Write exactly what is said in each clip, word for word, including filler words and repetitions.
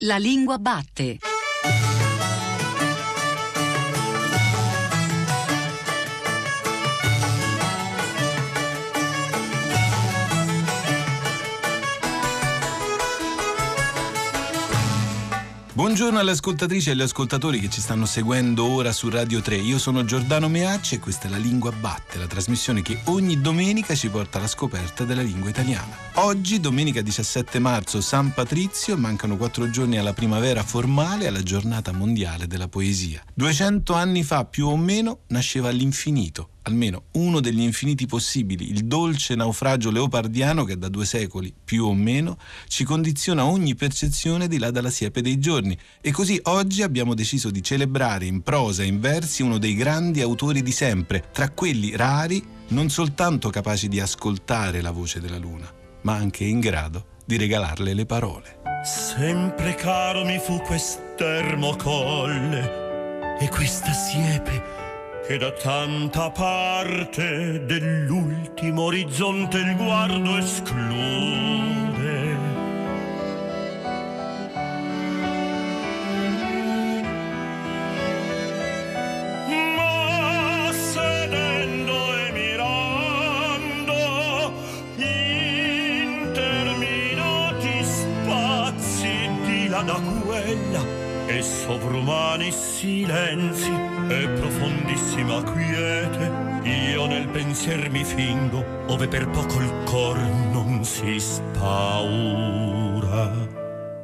La lingua batte. Buongiorno alle ascoltatrici e agli ascoltatori che ci stanno seguendo ora su Radio tre. Io sono Giordano Meacci e questa è La Lingua Batte, la trasmissione che ogni domenica ci porta alla scoperta della lingua italiana. Oggi, domenica diciassette marzo, San Patrizio, mancano quattro giorni alla primavera formale e alla giornata mondiale della poesia. duecento anni fa, più o meno, nasceva l'infinito. Almeno uno degli infiniti possibili, il dolce naufragio leopardiano che da due secoli, più o meno, ci condiziona ogni percezione di là dalla siepe dei giorni. E così oggi abbiamo deciso di celebrare in prosa e in versi uno dei grandi autori di sempre, tra quelli rari, non soltanto capaci di ascoltare la voce della luna, ma anche in grado di regalarle le parole. Sempre caro mi fu quest'ermo colle e questa siepe che da tanta parte dell'ultimo orizzonte il guardo esclude. Ma sedendo e mirando interminati spazi di là da quella e sovrumani silenzi e profondissima quiete, io nel pensier mi fingo, ove per poco il cor non si spaura.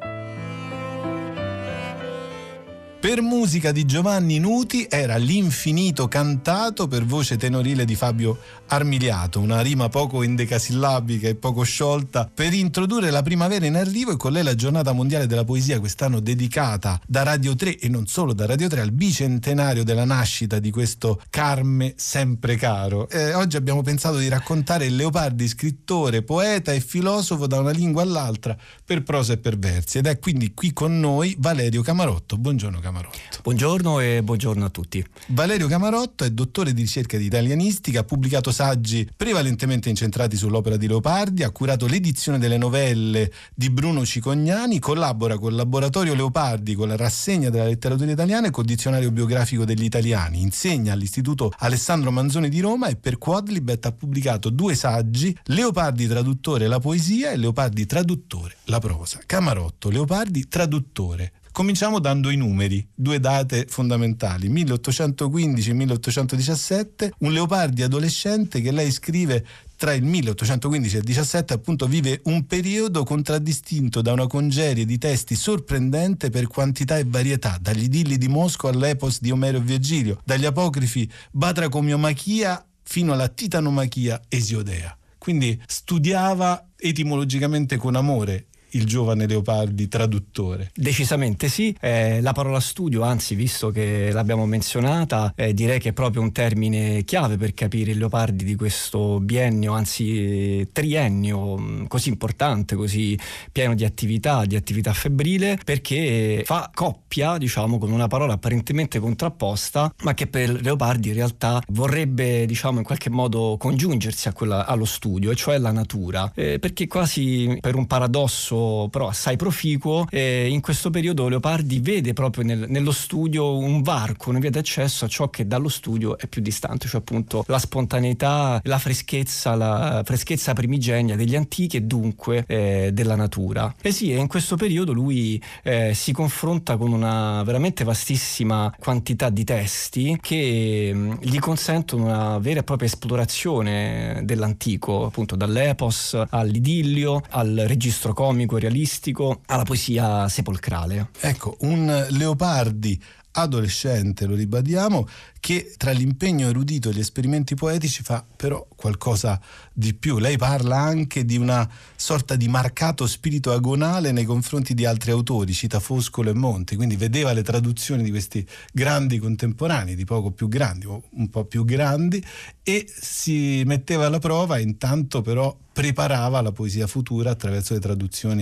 Per musica di Giovanni Nuti era L'infinito cantato per voce tenorile di Fabio Armiliato, una rima poco endecasillabica e poco sciolta per introdurre la primavera in arrivo e con lei la giornata mondiale della poesia, quest'anno dedicata da Radio tre e non solo da Radio tre al bicentenario della nascita di questo Carme sempre caro. Eh, oggi abbiamo pensato di raccontare Leopardi, scrittore, poeta e filosofo da una lingua all'altra per prosa e per versi, ed è quindi qui con noi Valerio Camarotto. Buongiorno Camarotto. Buongiorno e buongiorno a tutti. Valerio Camarotto è dottore di ricerca di italianistica, ha pubblicato saggi prevalentemente incentrati sull'opera di Leopardi, ha curato l'edizione delle novelle di Bruno Cicognani, collabora col Laboratorio Leopardi, con la rassegna della letteratura italiana e col dizionario biografico degli italiani, insegna all'Istituto Alessandro Manzoni di Roma e per Quodlibet ha pubblicato due saggi, Leopardi traduttore la poesia e Leopardi traduttore la prosa. Camarotto, Leopardi traduttore. Cominciamo dando i numeri, due date fondamentali, milleottocentoquindici e milleottocentodiciassette, un Leopardi adolescente che lei scrive tra il milleottocentoquindici e il diciassette, appunto vive un periodo contraddistinto da una congerie di testi sorprendente per quantità e varietà, dagli idilli di Mosco all'epos di Omero e Virgilio, dagli apocrifi Batracomiomachia fino alla Titanomachia Esiodea. Quindi studiava etimologicamente con amore il giovane Leopardi traduttore. Decisamente sì, eh, la parola studio, anzi visto che l'abbiamo menzionata, eh, direi che è proprio un termine chiave per capire il Leopardi di questo biennio, anzi eh, triennio mh, così importante, così pieno di attività, di attività febbrile, perché fa coppia, diciamo, con una parola apparentemente contrapposta, ma che per Leopardi in realtà vorrebbe, diciamo, in qualche modo congiungersi a quella, allo studio, e cioè la natura, eh, perché quasi per un paradosso però assai proficuo, eh, in questo periodo Leopardi vede proprio nel, nello studio un varco, una via d'accesso a ciò che dallo studio è più distante, cioè appunto la spontaneità, la freschezza, la freschezza primigenia degli antichi e dunque eh, della natura. E sì, in questo periodo lui eh, si confronta con una veramente vastissima quantità di testi che mh, gli consentono una vera e propria esplorazione dell'antico, appunto dall'epos all'idillio, al registro comico realistico, alla poesia sepolcrale. Ecco, un Leopardi adolescente, lo ribadiamo, che tra l'impegno erudito e gli esperimenti poetici fa però qualcosa di più. Lei parla anche di una sorta di marcato spirito agonale nei confronti di altri autori, cita Foscolo e Monti, quindi vedeva le traduzioni di questi grandi contemporanei, di poco più grandi o un po' più grandi, e si metteva alla prova, intanto però preparava la poesia futura attraverso le traduzioni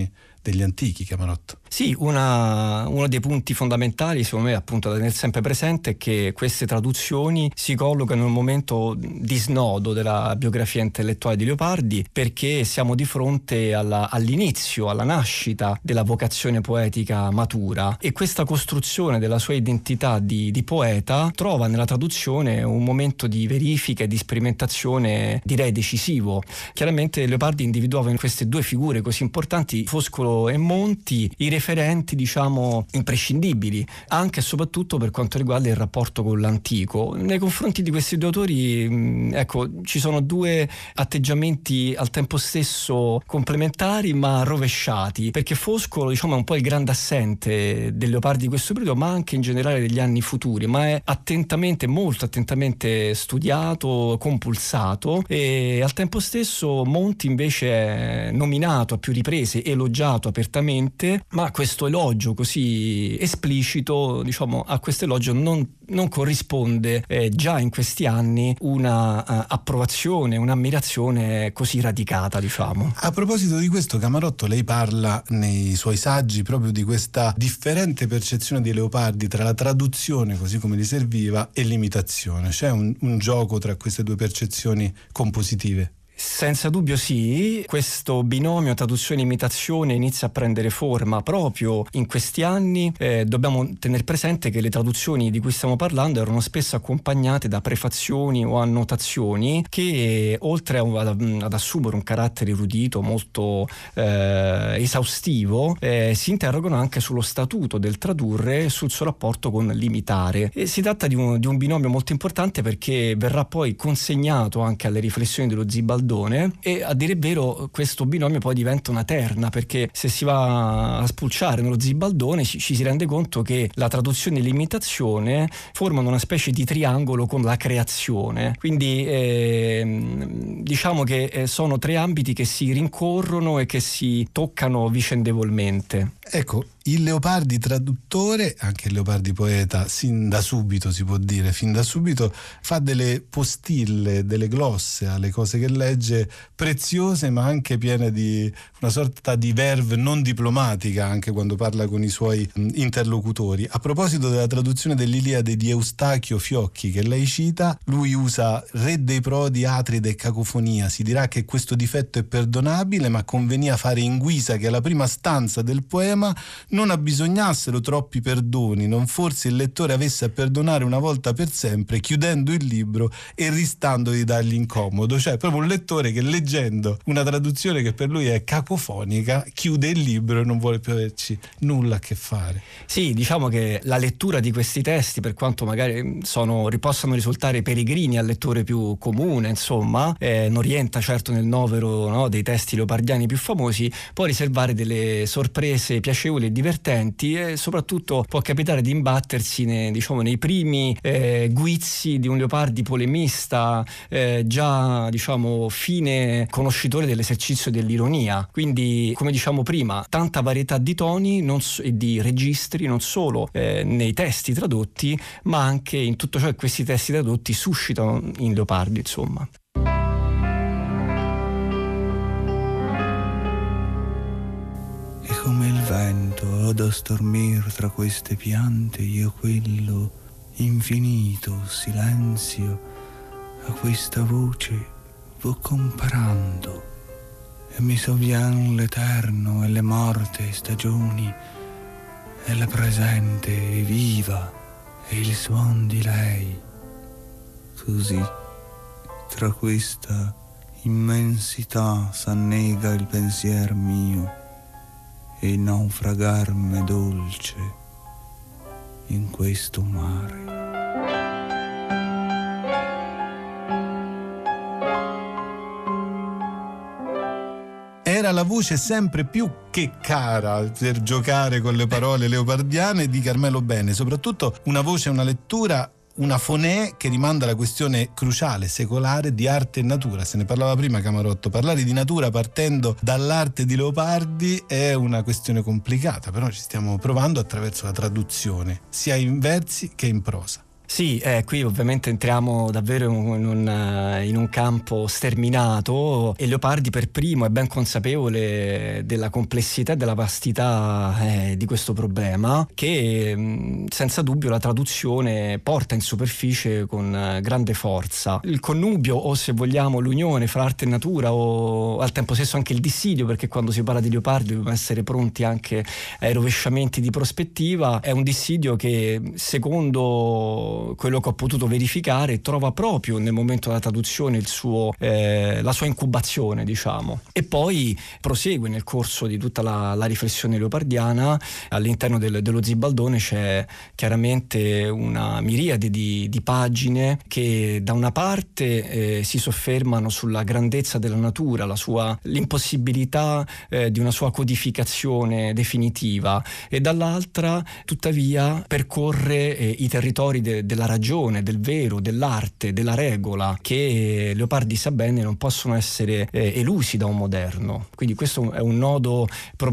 degli antichi, Camarotto. Sì, una, uno dei punti fondamentali secondo me appunto da tenere sempre presente è che queste traduzioni si collocano in un momento di snodo della biografia intellettuale di Leopardi, perché siamo di fronte alla, all'inizio, alla nascita della vocazione poetica matura, e questa costruzione della sua identità di, di poeta trova nella traduzione un momento di verifica e di sperimentazione, direi decisivo. Chiaramente Leopardi individuava in queste due figure così importanti, Foscolo e Monti, i referenti diciamo imprescindibili anche e soprattutto per quanto riguarda il rapporto con l'antico. Nei confronti di questi due autori ecco ci sono due atteggiamenti al tempo stesso complementari ma rovesciati, perché Foscolo diciamo è un po' il grande assente del Leopardi di questo periodo, ma anche in generale degli anni futuri, ma è attentamente, molto attentamente studiato, compulsato, e al tempo stesso Monti invece è nominato a più riprese, elogiato apertamente, ma questo elogio così esplicito, diciamo, a questo elogio non, non corrisponde eh, già in questi anni una uh, approvazione, un'ammirazione così radicata, diciamo. A proposito di questo, Camarotto, lei parla nei suoi saggi proprio di questa differente percezione di Leopardi tra la traduzione, così come gli serviva, e l'imitazione. C'è un, un gioco tra queste due percezioni compositive? Senza dubbio sì, questo binomio traduzione-imitazione inizia a prendere forma proprio in questi anni. Eh, dobbiamo tenere presente che le traduzioni di cui stiamo parlando erano spesso accompagnate da prefazioni o annotazioni che, oltre ad, ad assumere un carattere erudito molto eh, esaustivo, eh, si interrogano anche sullo statuto del tradurre e sul suo rapporto con l'imitare. E si tratta di un, di un binomio molto importante, perché verrà poi consegnato anche alle riflessioni dello Zibaldone, e a dire il vero questo binomio poi diventa una terna, perché se si va a spulciare nello Zibaldone ci, ci si rende conto che la traduzione e l'imitazione formano una specie di triangolo con la creazione, quindi eh, diciamo che sono tre ambiti che si rincorrono e che si toccano vicendevolmente. Ecco, il Leopardi traduttore, anche il Leopardi poeta, sin da subito si può dire, fin da subito fa delle postille, delle glosse alle cose che legge, preziose ma anche piene di una sorta di verve non diplomatica anche quando parla con i suoi interlocutori. A proposito della traduzione dell'Iliade di Eustachio Fiocchi che lei cita, lui usa re dei prodi, atride e cacofonia. Si dirà che questo difetto è perdonabile, ma convenia fare in guisa che alla prima stanza del poema non abbisognassero troppi perdoni, non forse il lettore avesse a perdonare una volta per sempre, chiudendo il libro e ristando di dargli incomodo. Cioè proprio un lettore che, leggendo una traduzione che per lui è cacofonica, chiude il libro e non vuole più averci nulla a che fare. Sì, diciamo che la lettura di questi testi, per quanto magari sono, possano risultare peregrini al lettore più comune, insomma, eh, non rientra certo nel novero, no, dei testi leopardiani più famosi, può riservare delle sorprese piacevoli e divertenti, e soprattutto può capitare di imbattersi nei, diciamo, nei primi eh, guizzi di un Leopardi polemista, eh, già diciamo fine conoscitore dell'esercizio dell'ironia. Quindi, come diciamo prima, tanta varietà di toni non so, e di registri, non solo eh, nei testi tradotti, ma anche in tutto ciò che questi testi tradotti suscitano in Leopardi, insomma. Come il vento ad stormir tra queste piante, io quello infinito silenzio a questa voce vo comparando, e mi sovvien l'eterno e le morte stagioni, e la presente e viva e il suon di lei. Così tra questa immensità s'annega il pensier mio, e il naufragar m'è dolce in questo mare. Era la voce sempre più che cara per giocare con le parole leopardiane di Carmelo Bene, soprattutto una voce e una lettura, una fonè che rimanda alla questione cruciale, secolare di arte e natura. Se ne parlava prima, Camarotto. Parlare di natura partendo dall'arte di Leopardi è una questione complicata, però ci stiamo provando attraverso la traduzione, sia in versi che in prosa. Sì, eh, qui ovviamente entriamo davvero in un, in un campo sterminato e Leopardi per primo è ben consapevole della complessità e della vastità eh, di questo problema, che mh, senza dubbio la traduzione porta in superficie con grande forza. Il connubio, o se vogliamo l'unione fra arte e natura, o al tempo stesso anche il dissidio, perché quando si parla di Leopardi dobbiamo essere pronti anche ai rovesciamenti di prospettiva, è un dissidio che secondo quello che ho potuto verificare trova proprio nel momento della traduzione il suo, eh, la sua incubazione, diciamo, e poi prosegue nel corso di tutta la, la riflessione leopardiana. All'interno del, dello Zibaldone c'è chiaramente una miriade di, di pagine che da una parte eh, si soffermano sulla grandezza della natura, la sua, l'impossibilità eh, di una sua codificazione definitiva, e dall'altra tuttavia percorre eh, i territori de, della ragione, del vero, dell'arte, della regola, che Leopardi sa bene non possono essere eh, elusi da un moderno. Quindi questo è un nodo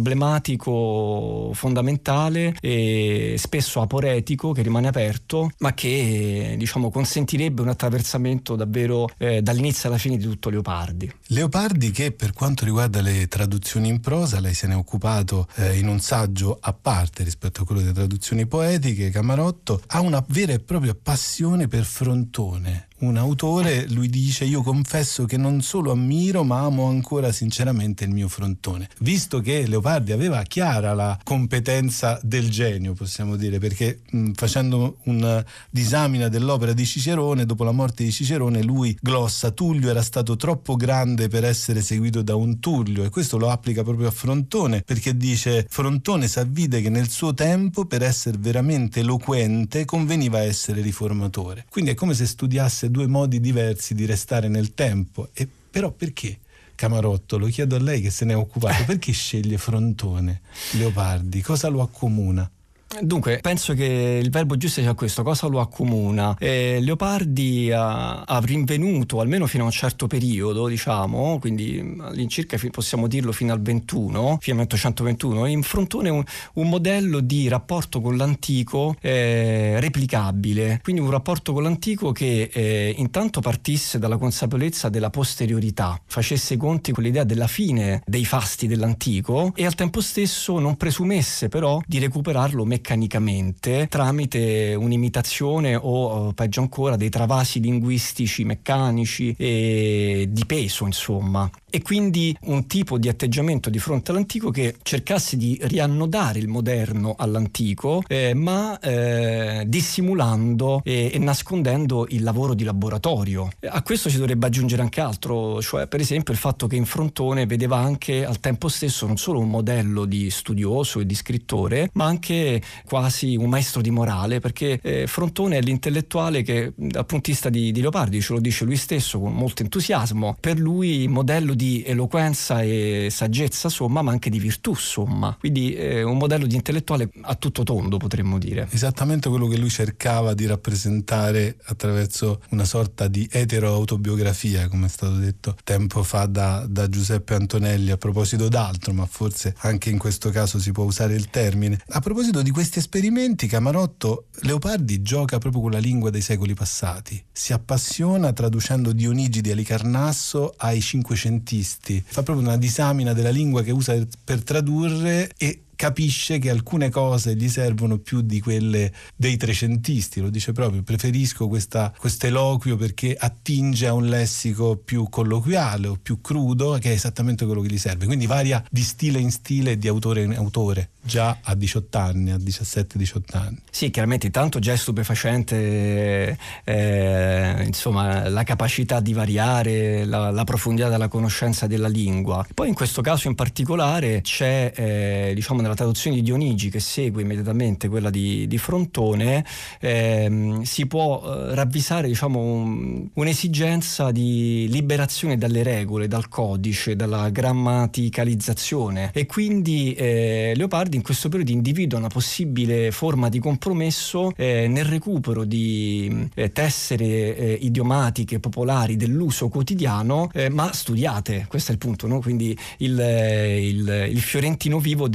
problematico fondamentale e spesso aporetico, che rimane aperto, ma che diciamo consentirebbe un attraversamento davvero eh, dall'inizio alla fine di tutto Leopardi. Leopardi che, per quanto riguarda le traduzioni in prosa, lei se ne è occupato eh, in un saggio a parte rispetto a quello delle traduzioni poetiche, Camarotto, ha una vera e propria passione per Frontone. Un autore, lui dice: io confesso che non solo ammiro ma amo ancora sinceramente il mio Frontone. Visto che Leopardi aveva chiara la competenza del genio, possiamo dire, perché mh, facendo una disamina dell'opera di Cicerone, dopo la morte di Cicerone, lui glossa: Tullio era stato troppo grande per essere seguito da un Tullio, e questo lo applica proprio a Frontone, perché dice: Frontone s'avvide che nel suo tempo per essere veramente eloquente conveniva essere riformatore. Quindi è come se studiasse due modi diversi di restare nel tempo. E però perché, Camarotto, lo chiedo a lei che se ne è occupato, perché sceglie Frontone, Leopardi? Cosa lo accomuna? Dunque, penso che il verbo giusto sia questo: cosa lo accomuna. Eh, Leopardi ha, ha rinvenuto, almeno fino a un certo periodo, diciamo, quindi all'incirca possiamo dirlo fino al ventuno, fino al milleottocentoventuno, in Frontone un, un modello di rapporto con l'antico eh, replicabile, quindi un rapporto con l'antico che eh, intanto partisse dalla consapevolezza della posteriorità, facesse i conti con l'idea della fine dei fasti dell'antico, e al tempo stesso non presumesse però di recuperarlo meccanicamente meccanicamente tramite un'imitazione o peggio ancora dei travasi linguistici meccanici e di peso, insomma. E quindi un tipo di atteggiamento di fronte all'antico che cercasse di riannodare il moderno all'antico, eh, ma eh, dissimulando e, e nascondendo il lavoro di laboratorio. A questo ci dovrebbe aggiungere anche altro, cioè per esempio il fatto che in Frontone vedeva anche al tempo stesso non solo un modello di studioso e di scrittore, ma anche quasi un maestro di morale, perché eh, Frontone è l'intellettuale che dal punto di vista di, di Leopardi, ce lo dice lui stesso con molto entusiasmo, per lui modello di di eloquenza e saggezza, somma, ma anche di virtù, somma. Quindi eh, un modello di intellettuale a tutto tondo, potremmo dire. Esattamente quello che lui cercava di rappresentare attraverso una sorta di etero-autobiografia, come è stato detto tempo fa da, da Giuseppe Antonelli a proposito d'altro, ma forse anche in questo caso si può usare il termine. A proposito di questi esperimenti, Camarotto, Leopardi gioca proprio con la lingua dei secoli passati. Si appassiona traducendo Dionigi di Alicarnasso ai cinquecentisti. Fa proprio una disamina della lingua che usa per tradurre e capisce che alcune cose gli servono più di quelle dei trecentisti, lo dice proprio: preferisco questa, questo eloquio perché attinge a un lessico più colloquiale o più crudo, che è esattamente quello che gli serve. Quindi varia di stile in stile e di autore in autore, già a diciotto anni, a diciassette diciotto anni. Sì, chiaramente intanto già è stupefacente eh, insomma la capacità di variare, la, la profondità della conoscenza della lingua. Poi in questo caso in particolare c'è eh, diciamo nella traduzione di Dionigi, che segue immediatamente quella di, di Frontone, ehm, si può eh, ravvisare diciamo un, un'esigenza di liberazione dalle regole, dal codice, dalla grammaticalizzazione, e quindi eh, Leopardi in questo periodo individua una possibile forma di compromesso eh, nel recupero di eh, tessere eh, idiomatiche popolari dell'uso quotidiano, eh, ma studiate. Questo è il punto, no? Quindi il, il, il fiorentino vivo del Cinquecento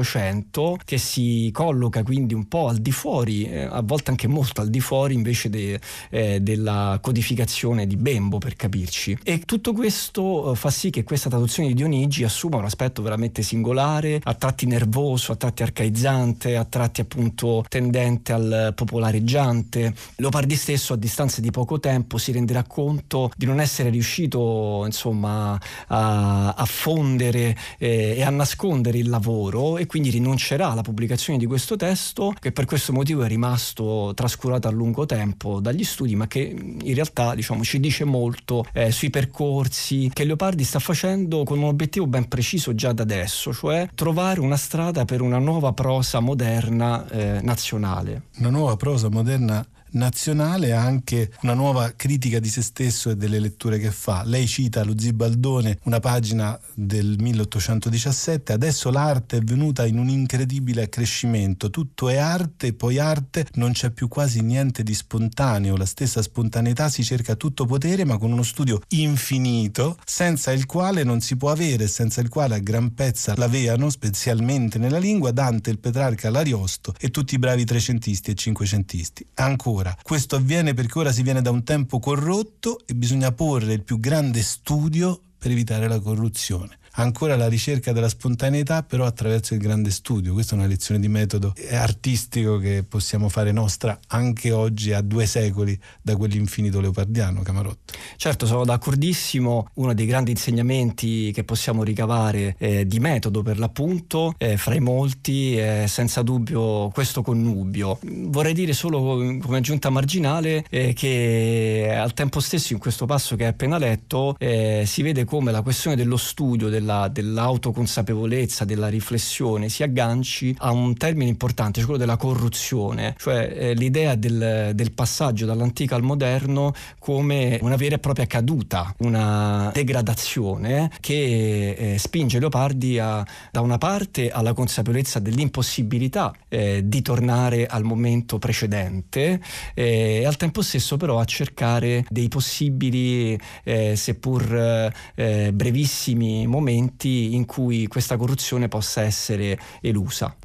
Cinquecento, che si colloca quindi un po' al di fuori, eh, a volte anche molto al di fuori invece de, eh, della codificazione di Bembo, per capirci. E tutto questo eh, fa sì che questa traduzione di Dionigi assuma un aspetto veramente singolare, a tratti nervoso, a tratti arcaizzante, a tratti appunto tendente al popolareggiante. Leopardi stesso, a distanza di poco tempo, si renderà conto di non essere riuscito insomma a, a fondere eh, e a nascondere il lavoro, e quindi rinuncerà alla pubblicazione di questo testo, che per questo motivo è rimasto trascurato a lungo tempo dagli studi, ma che in realtà diciamo ci dice molto eh, sui percorsi che Leopardi sta facendo con un obiettivo ben preciso già da adesso, cioè trovare una strada per una nuova prosa moderna eh, nazionale. Una nuova prosa moderna nazionale, anche una nuova critica di se stesso e delle letture che fa. Lei cita lo Zibaldone, una pagina del milleottocentodiciassette: adesso l'arte è venuta in un incredibile accrescimento, tutto è arte, poi arte, non c'è più quasi niente di spontaneo, la stessa spontaneità si cerca tutto potere, ma con uno studio infinito, senza il quale non si può avere, senza il quale a gran pezza l'avevano, specialmente nella lingua, Dante, il Petrarca, l'Ariosto e tutti i bravi trecentisti e cinquecentisti. Ancora, questo avviene perché ora si viene da un tempo corrotto e bisogna porre il più grande studio per evitare la corruzione. Ancora la ricerca della spontaneità, però attraverso il grande studio. Questa è una lezione di metodo artistico che possiamo fare nostra anche oggi, a due secoli da quell'infinito leopardiano, Camarotto. Certo, sono d'accordissimo. Uno dei grandi insegnamenti che possiamo ricavare eh, di metodo, per l'appunto, eh, fra i molti, è senza dubbio questo connubio. Vorrei dire solo come aggiunta marginale eh, che al tempo stesso, in questo passo che hai appena letto, eh, si vede come la questione dello studio, del Della, dell'autoconsapevolezza, della riflessione si agganci a un termine importante, cioè quello della corruzione, cioè eh, l'idea del, del passaggio dall'antico al moderno come una vera e propria caduta, una degradazione che eh, spinge Leopardi a, da una parte alla consapevolezza dell'impossibilità eh, di tornare al momento precedente eh, e al tempo stesso però a cercare dei possibili eh, seppur eh, brevissimi momenti in cui questa corruzione possa essere elusa.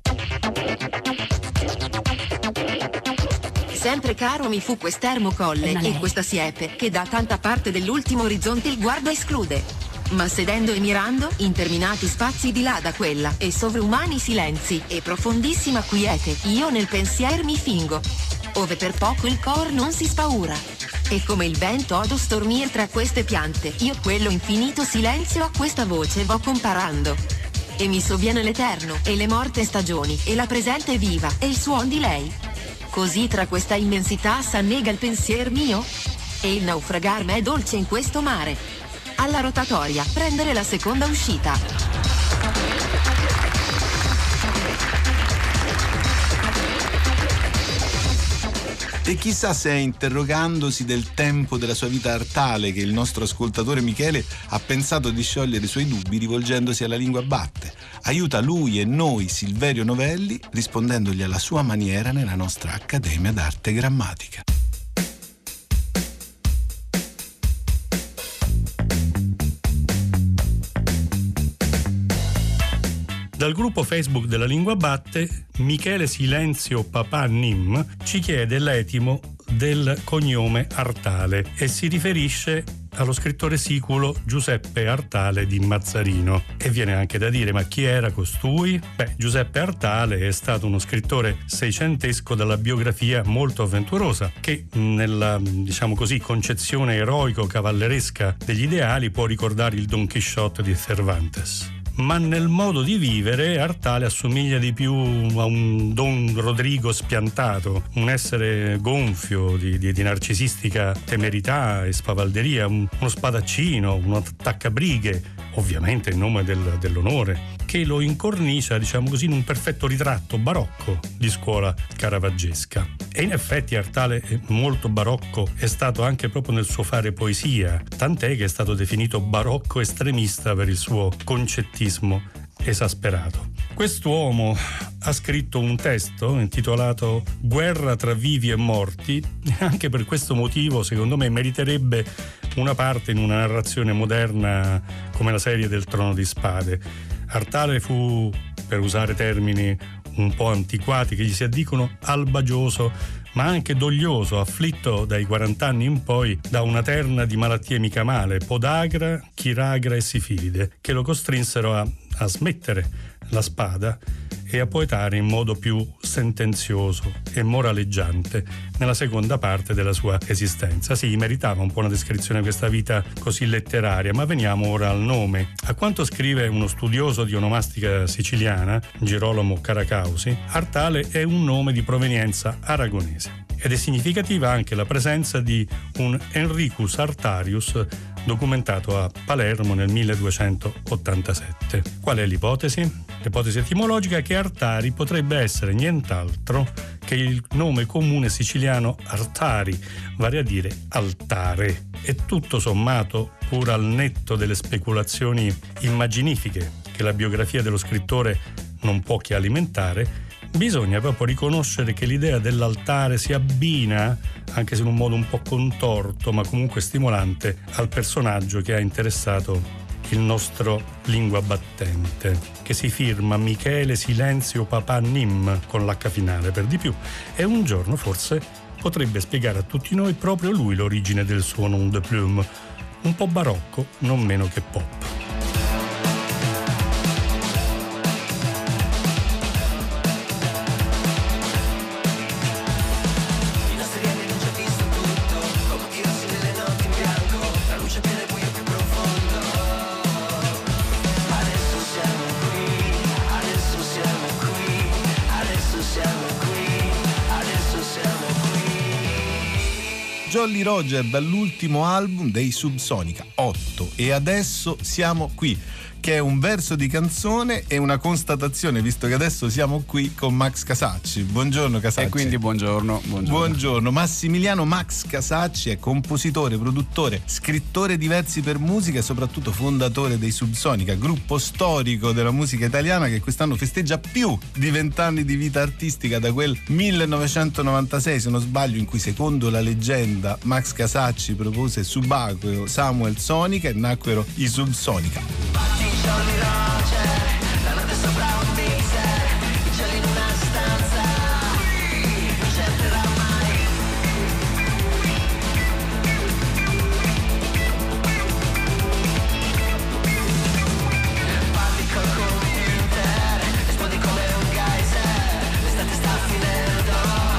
Sempre caro mi fu quest'ermo colle e questa siepe che da tanta parte dell'ultimo orizzonte il guardo esclude. Ma sedendo e mirando, interminati spazi di là da quella, e sovrumani silenzi, e profondissima quiete, io nel pensier mi fingo, ove per poco il cor non si spaura. E come il vento odo stormir tra queste piante, io quello infinito silenzio a questa voce vo comparando. E mi sovviene l'eterno, e le morte stagioni, e la presente viva, e il suon di lei. Così tra questa immensità s'annega il pensier mio, e il naufragar m'è dolce in questo mare. Alla rotatoria, prendere la seconda uscita. E chissà se è interrogandosi del tempo della sua vita artale che il nostro ascoltatore Michele ha pensato di sciogliere i suoi dubbi rivolgendosi alla lingua batte. Aiuta lui e noi, Silverio Novelli, rispondendogli alla sua maniera nella nostra Accademia d'Arte Grammatica. Dal gruppo Facebook della Lingua Batte, Michele Silenzio Papà Nim ci chiede l'etimo del cognome Artale e si riferisce allo scrittore siculo Giuseppe Artale di Mazzarino. E viene anche da dire: ma chi era costui? Beh, Giuseppe Artale è stato uno scrittore seicentesco dalla biografia molto avventurosa, che nella, diciamo così, concezione eroico-cavalleresca degli ideali può ricordare il Don Chisciotte di Cervantes. Ma nel modo di vivere Artale assomiglia di più a un Don Rodrigo spiantato, un essere gonfio di, di, di narcisistica temerità e spavalderia, un, uno spadaccino, uno attaccabrighe, ovviamente in nome del, dell'onore, che lo incornicia, diciamo così, in un perfetto ritratto barocco di scuola caravaggesca. E in effetti Artale è molto barocco, è stato anche proprio nel suo fare poesia, tant'è che è stato definito barocco estremista per il suo concettismo esasperato. Quest'uomo ha scritto un testo intitolato Guerra tra vivi e morti, e anche per questo motivo secondo me meriterebbe una parte in una narrazione moderna come la serie del Trono di Spade. Artale fu per usare termini un po' antiquati che gli si addicono, albagioso ma anche doglioso, afflitto dai quaranta anni in poi da una terna di malattie mica male, podagra, chiragra e sifilide, che lo costrinsero a, a smettere la spada e a poetare in modo più sentenzioso e moraleggiante nella seconda parte della sua esistenza. Sì, meritava un po' una descrizione di questa vita così letteraria, ma veniamo ora al nome. A quanto scrive uno studioso di onomastica siciliana, Girolamo Caracausi, Artale è un nome di provenienza aragonese. Ed è significativa anche la presenza di un Enricus Artarius documentato a Palermo nel milleduecentottantasette. Qual è l'ipotesi? L'ipotesi etimologica è che Artari potrebbe essere nient'altro che il nome comune siciliano Artari, vale a dire altare. E tutto sommato, pur al netto delle speculazioni immaginifiche che la biografia dello scrittore non può che alimentare, bisogna proprio riconoscere che l'idea dell'altare si abbina, anche se in un modo un po' contorto ma comunque stimolante, al personaggio che ha interessato il nostro lingua battente, che si firma Michele Silenzio Papà Nim con l'H finale per di più, e un giorno forse potrebbe spiegare a tutti noi proprio lui l'origine del suo nom de plume, un po' barocco, non meno che pop. Jolly Roger dall'ultimo album dei Subsonica, otto, e adesso siamo qui, che è un verso di canzone e una constatazione, visto che adesso siamo qui con Max Casacci. Buongiorno Casacci. E quindi buongiorno, buongiorno. Buongiorno. Massimiliano Max Casacci è compositore, produttore, scrittore di versi per musica e soprattutto fondatore dei Subsonica, gruppo storico della musica italiana che quest'anno festeggia più di vent'anni di vita artistica, da quel millenovecentonovantasei, se non sbaglio, in cui secondo la leggenda Max Casacci propose subacqueo Samuel Sonica e nacquero i Subsonica. Jolly Roger, la notte sopra un mixer, i cieli in una stanza, non c'entrerà mai. Parti col computer, esplodi come un geyser, l'estate sta finendo,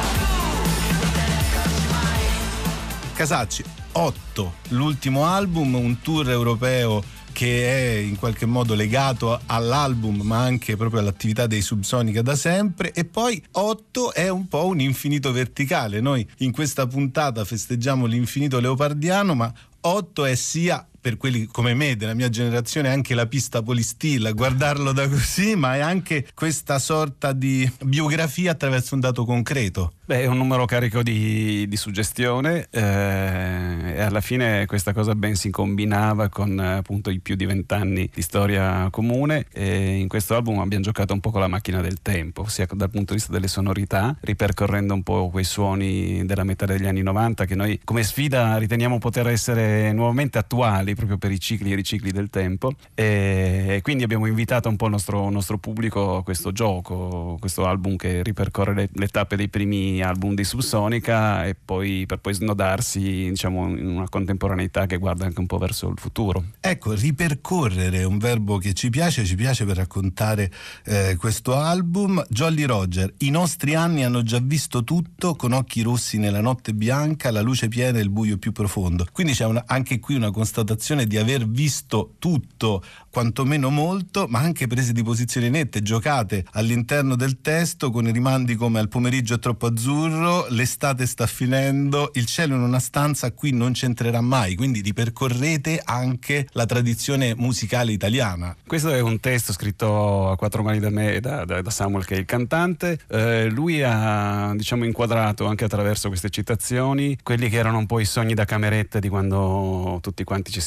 non te ne accorgi mai. Casacci, otto, l'ultimo album, un tour europeo che è in qualche modo legato all'album ma anche proprio all'attività dei Subsonica da sempre, e poi otto è un po' un infinito verticale. Noi in questa puntata festeggiamo l'infinito leopardiano, ma otto è sia, per quelli come me della mia generazione, anche la pista polistilla, guardarlo da così, ma è anche questa sorta di biografia attraverso un dato concreto. Beh, è un numero carico di, di suggestione, eh, e alla fine questa cosa ben si combinava con appunto i più di vent'anni di storia comune, e in questo album abbiamo giocato un po' con la macchina del tempo, sia dal punto di vista delle sonorità, ripercorrendo un po' quei suoni della metà degli anni novanta che noi come sfida riteniamo poter essere nuovamente attuali proprio per i cicli e ricicli del tempo, e quindi abbiamo invitato un po' il nostro, il nostro pubblico a questo gioco, questo album che ripercorre le, le tappe dei primi album di Subsonica e poi per poi snodarsi, diciamo, in una contemporaneità che guarda anche un po' verso il futuro. Ecco, ripercorrere è un verbo che ci piace, ci piace per raccontare eh, questo album. Jolly Roger, i nostri anni hanno già visto tutto, con occhi rossi nella notte bianca, la luce piena e il buio più profondo. Quindi c'è una, anche qui una constatazione di aver visto tutto, quantomeno molto, ma anche prese di posizioni nette, giocate all'interno del testo con i rimandi come al pomeriggio è troppo azzurro, l'estate sta finendo, il cielo in una stanza qui non c'entrerà mai, quindi ripercorrete anche la tradizione musicale italiana. Questo è un testo scritto a quattro mani da me, da, da, da Samuel, che è il cantante. Eh, lui ha, diciamo, inquadrato anche attraverso queste citazioni quelli che erano un po' i sogni da cameretta di quando tutti quanti ci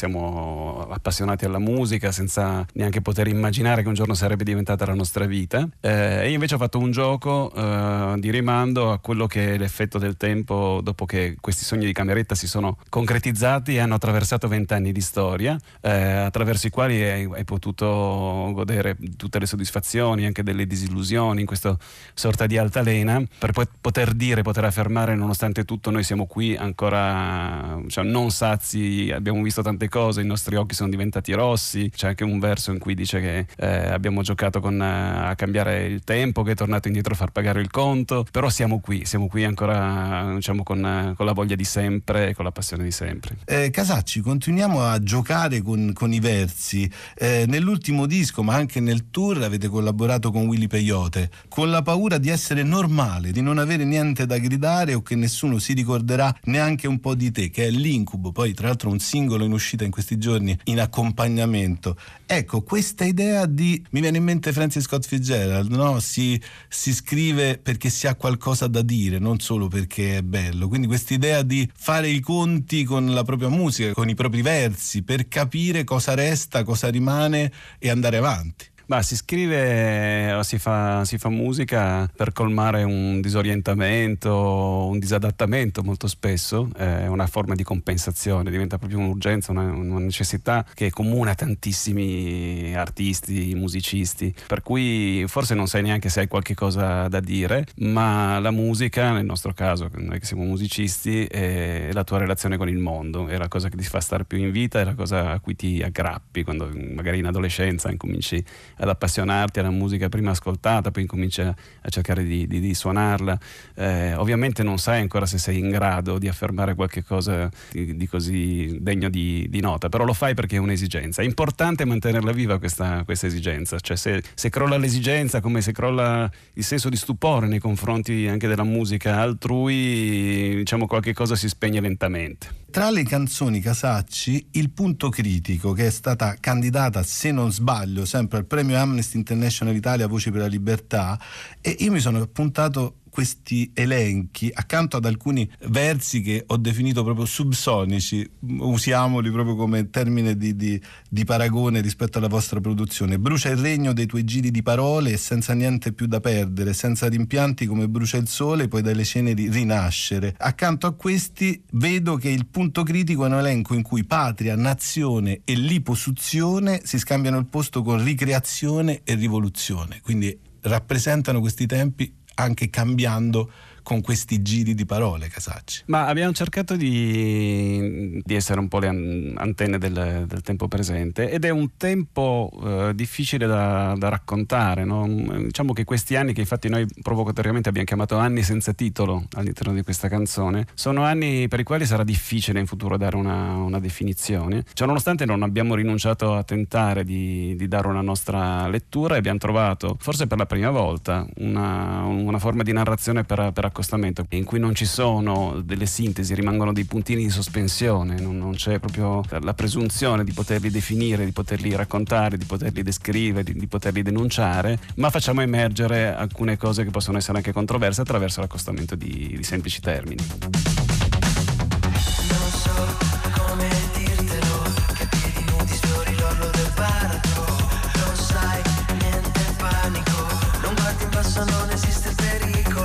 siamo appassionati alla musica senza neanche poter immaginare che un giorno sarebbe diventata la nostra vita. Eh, e invece ho fatto un gioco eh, di rimando a quello che è l'effetto del tempo dopo che questi sogni di cameretta si sono concretizzati e hanno attraversato vent'anni di storia, eh, attraverso i quali hai, hai potuto godere tutte le soddisfazioni, anche delle disillusioni, in questa sorta di altalena, per poi poter dire, poter affermare, nonostante tutto noi siamo qui ancora, cioè, non sazi, abbiamo visto tante cose, i nostri occhi sono diventati rossi. C'è anche un verso in cui dice che eh, abbiamo giocato con, uh, a cambiare il tempo, che è tornato indietro a far pagare il conto, però siamo qui, siamo qui ancora, diciamo, con, uh, con la voglia di sempre e con la passione di sempre. Eh, Casacci, continuiamo a giocare con, con i versi. Eh, nell'ultimo disco, ma anche nel tour, avete collaborato con Willy Peyote, con la paura di essere normale, di non avere niente da gridare o che nessuno si ricorderà neanche un po' di te, che è L'incubo, poi tra l'altro un singolo in uscita in questi giorni in accompagnamento. Ecco, questa idea di, mi viene in mente Francis Scott Fitzgerald, no? Si, si scrive perché si ha qualcosa da dire, non solo perché è bello. Quindi questa idea di fare i conti con la propria musica, con i propri versi, per capire cosa resta, cosa rimane e andare avanti. Ma si scrive o si fa, si fa musica per colmare un disorientamento, un disadattamento molto spesso, è una forma di compensazione, diventa proprio un'urgenza, una, una necessità che è comune a tantissimi artisti, musicisti, per cui forse non sai neanche se hai qualche cosa da dire, ma la musica, nel nostro caso, noi che siamo musicisti, è la tua relazione con il mondo, è la cosa che ti fa stare più in vita, è la cosa a cui ti aggrappi quando magari in adolescenza incominci ad appassionarti alla musica prima ascoltata, poi incominci a, a cercare di, di, di suonarla. Eh, ovviamente non sai ancora se sei in grado di affermare qualche cosa di, di così degno di, di nota, però lo fai perché è un'esigenza. È importante mantenerla viva questa, questa esigenza, cioè se, se crolla l'esigenza, come se crolla il senso di stupore nei confronti anche della musica altrui, diciamo qualche cosa si spegne lentamente. Tra le canzoni Casacci, Il punto critico, che è stata candidata, se non sbaglio, sempre al premio Amnesty International Italia Voci per la Libertà, e io mi sono appuntato questi elenchi accanto ad alcuni versi che ho definito proprio subsonici, usiamoli proprio come termine di, di, di paragone rispetto alla vostra produzione. Brucia il regno dei tuoi giri di parole e senza niente più da perdere, senza rimpianti come brucia il sole, poi dalle ceneri rinascere. Accanto a questi vedo che il punto critico è un elenco in cui patria, nazione e liposuzione si scambiano il posto con ricreazione e rivoluzione, quindi rappresentano questi tempi anche cambiando con questi giri di parole, Casacci. Ma abbiamo cercato di, di essere un po' le an- antenne del, del tempo presente, ed è un tempo eh, difficile da, da raccontare, no? Diciamo che questi anni, che infatti noi provocatoriamente abbiamo chiamato anni senza titolo all'interno di questa canzone, sono anni per i quali sarà difficile in futuro dare una, una definizione. Cioè, nonostante non abbiamo rinunciato a tentare di, di dare una nostra lettura, e abbiamo trovato, forse per la prima volta, una, una forma di narrazione per, per accostamento, in cui non ci sono delle sintesi, rimangono dei puntini di sospensione, non, non c'è proprio la presunzione di poterli definire, di poterli raccontare, di poterli descrivere, di, di poterli denunciare, ma facciamo emergere alcune cose che possono essere anche controverse attraverso l'accostamento di, di semplici termini. Non so come dirtelo, che a piedi nudi sfiori l'orlo del baratro. Non sai, niente panico, non guardi in basso, non esiste il pericolo.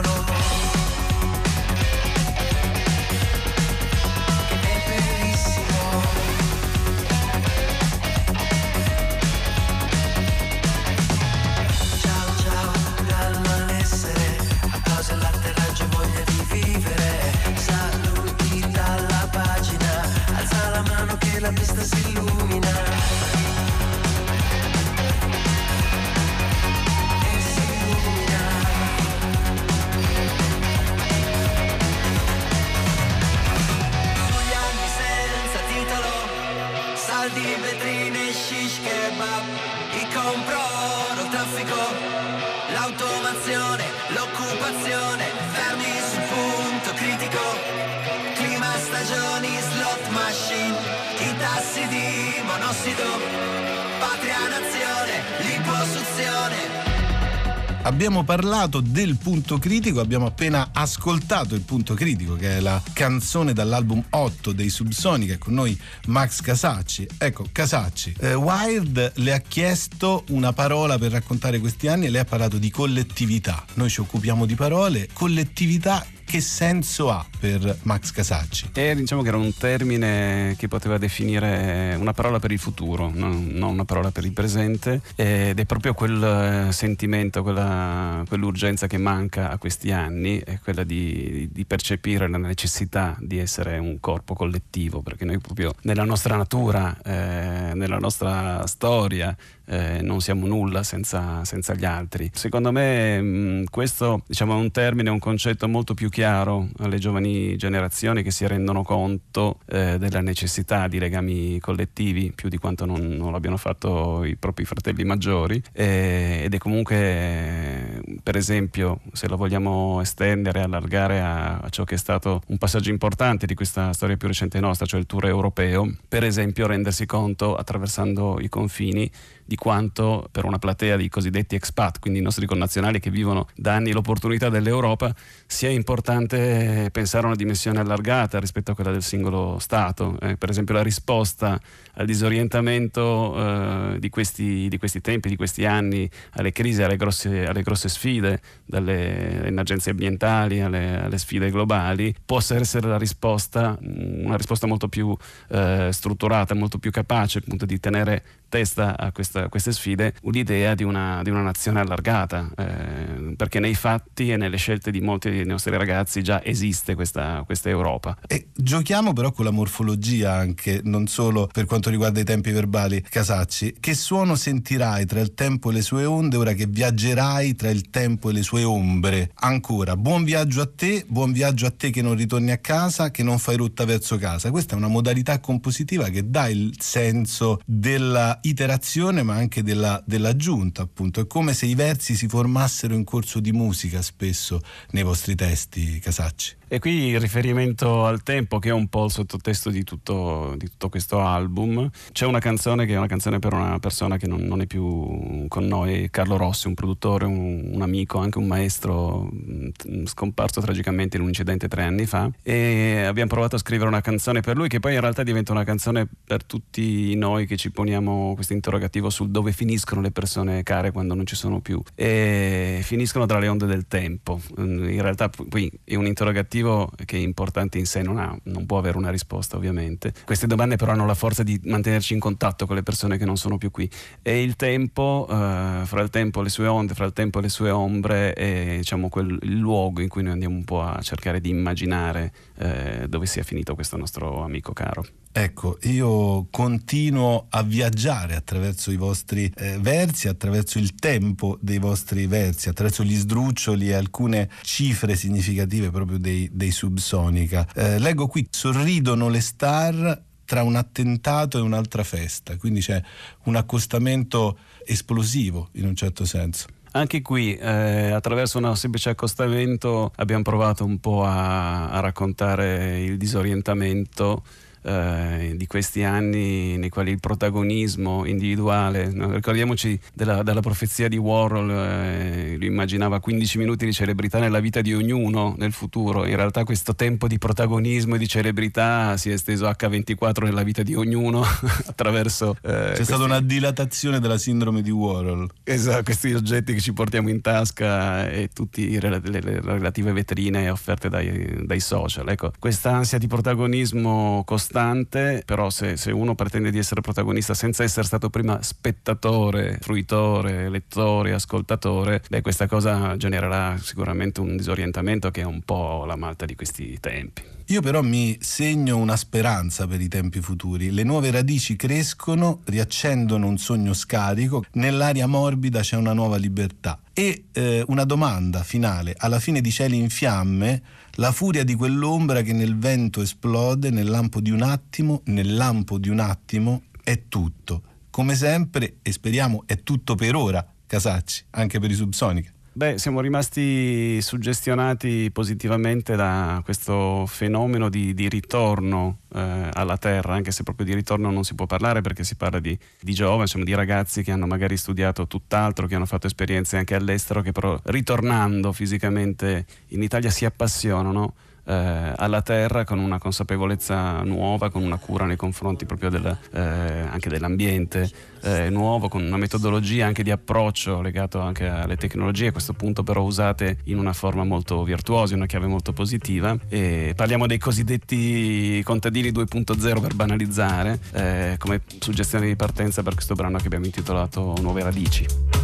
La pista si illumina e si illumina. Abbiamo parlato del Punto Critico, abbiamo appena ascoltato il Punto Critico, che è la canzone dall'album otto dei Subsonica, e con noi Max Casacci. Ecco, Casacci, eh, Wired le ha chiesto una parola per raccontare questi anni e lei ha parlato di collettività. Noi ci occupiamo di parole. Collettività, che senso ha per Max Casacci? E diciamo che era un termine che poteva definire una parola per il futuro, non, non una parola per il presente, ed è proprio quel sentimento, quella, quell'urgenza che manca a questi anni, è quella di, di percepire la necessità di essere un corpo collettivo, perché noi proprio nella nostra natura, eh, nella nostra storia, Eh, non siamo nulla senza, senza gli altri. Secondo me mh, questo, diciamo, è un termine, un concetto molto più chiaro alle giovani generazioni, che si rendono conto eh, della necessità di legami collettivi più di quanto non, non l'abbiano fatto i propri fratelli maggiori, eh, ed è comunque, eh, per esempio, se lo vogliamo estendere, allargare a, a ciò che è stato un passaggio importante di questa storia più recente nostra, cioè il tour europeo, per esempio rendersi conto, attraversando i confini, di quanto per una platea di cosiddetti expat, quindi i nostri connazionali che vivono da anni l'opportunità dell'Europa, sia importante pensare a una dimensione allargata rispetto a quella del singolo Stato. Eh, per esempio la risposta al disorientamento eh, di, questi, di questi tempi, di questi anni, alle crisi, alle grosse, alle grosse sfide, dalle emergenze ambientali alle, alle sfide globali, possa essere la risposta, una risposta molto più eh, strutturata, molto più capace appunto di tenere testa a, questa, a queste sfide, l'idea di una, di una nazione allargata, eh, perché nei fatti e nelle scelte di molti dei nostri ragazzi già esiste questa, questa Europa. E giochiamo però con la morfologia anche, non solo per quanto riguarda i tempi verbali. Casacci, che suono sentirai tra il tempo e le sue onde ora che viaggerai tra il tempo e le sue ombre? Ancora, buon viaggio a te, buon viaggio a te che non ritorni a casa, che non fai rotta verso casa. Questa è una modalità compositiva che dà il senso della iterazione ma anche della, dell'aggiunta, appunto. È come se i versi si formassero in corso di musica spesso nei vostri testi, Casacci. E qui il riferimento al tempo, che è un po' il sottotesto di tutto, di tutto questo album. C'è una canzone che è una canzone per una persona che non, non è più con noi, Carlo Rossi, un produttore, un, un amico, anche un maestro scomparso tragicamente in un incidente tre anni fa, e abbiamo provato a scrivere una canzone per lui, che poi in realtà diventa una canzone per tutti noi che ci poniamo questo interrogativo sul dove finiscono le persone care quando non ci sono più, e finiscono tra le onde del tempo. In realtà poi è un interrogativo che è importante in sé, non, ha, non può avere una risposta ovviamente. Queste domande però hanno la forza di mantenerci in contatto con le persone che non sono più qui, e il tempo, eh, fra il tempo e le sue onde, fra il tempo e le sue ombre, è, diciamo, quel, il luogo in cui noi andiamo un po' a cercare di immaginare eh, dove sia finito questo nostro amico caro. Ecco, io continuo a viaggiare attraverso i vostri eh, versi, attraverso il tempo dei vostri versi, attraverso gli sdruccioli e alcune cifre significative proprio dei, dei Subsonica. Eh, leggo qui: sorridono le star tra un attentato e un'altra festa, quindi c'è un accostamento esplosivo in un certo senso. Anche qui, eh, attraverso un semplice accostamento, abbiamo provato un po' a, a raccontare il disorientamento eh, di questi anni nei quali il protagonismo individuale, no? Ricordiamoci della, della profezia di Warhol, eh, lui immaginava quindici minuti di celebrità nella vita di ognuno nel futuro. In realtà questo tempo di protagonismo e di celebrità si è esteso acca ventiquattro nella vita di ognuno attraverso eh, c'è questi... stata una dilatazione della sindrome di Warhol. Esatto, questi oggetti che ci portiamo in tasca e tutte le, le, le relative vetrine offerte dai, dai social. Ecco, questa ansia di protagonismo costante, però se, se uno pretende di essere protagonista senza essere stato prima spettatore, fruitore, lettore, ascoltatore, beh, questa cosa genererà sicuramente un disorientamento che è un po' la Malta di questi tempi. Io però mi segno una speranza per i tempi futuri. Le nuove radici crescono, riaccendono un sogno scarico, nell'aria morbida c'è una nuova libertà. E eh, una domanda finale: alla fine di Cieli in fiamme, la furia di quell'ombra che nel vento esplode, nel lampo di un attimo, nel lampo di un attimo è tutto. Come sempre, e speriamo è tutto per ora, Casacci, anche per i Subsonica. Beh, siamo rimasti suggestionati positivamente da questo fenomeno di, di ritorno eh, alla terra, anche se proprio di ritorno non si può parlare, perché si parla di, di giovani, insomma, di ragazzi che hanno magari studiato tutt'altro, che hanno fatto esperienze anche all'estero, che però ritornando fisicamente in Italia si appassionano Eh, alla terra con una consapevolezza nuova, con una cura nei confronti proprio del, eh, anche dell'ambiente eh, nuovo, con una metodologia anche di approccio legato anche alle tecnologie, a questo punto però usate in una forma molto virtuosa, in una chiave molto positiva. E parliamo dei cosiddetti contadini due punto zero per banalizzare, eh, come suggestione di partenza per questo brano che abbiamo intitolato Nuove Radici.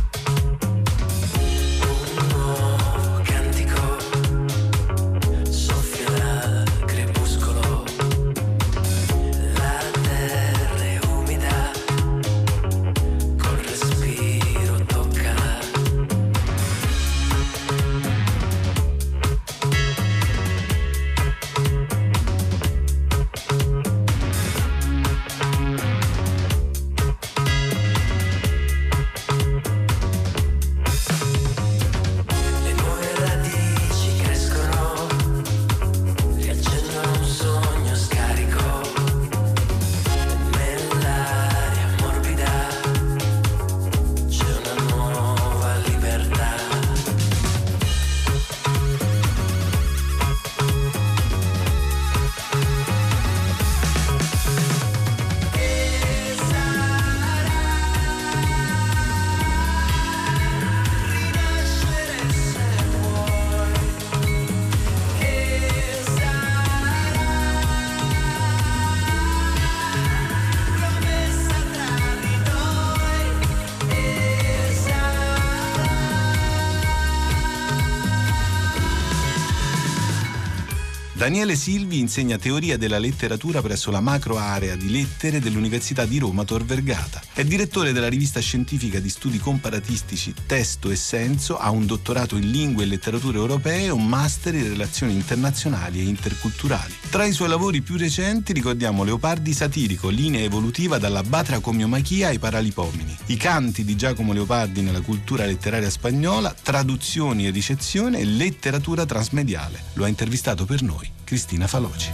Daniele Silvi insegna teoria della letteratura presso la macro area di lettere dell'Università di Roma Tor Vergata. È direttore della rivista scientifica di studi comparatistici Testo e Senso, ha un dottorato in lingue e letterature europee e un master in relazioni internazionali e interculturali. Tra i suoi lavori più recenti ricordiamo Leopardi satirico, linea evolutiva dalla batracomiomachia ai paralipomini, i canti di Giacomo Leopardi nella cultura letteraria spagnola, traduzioni e ricezione e letteratura transmediale. Lo ha intervistato per noi Cristina Faloci.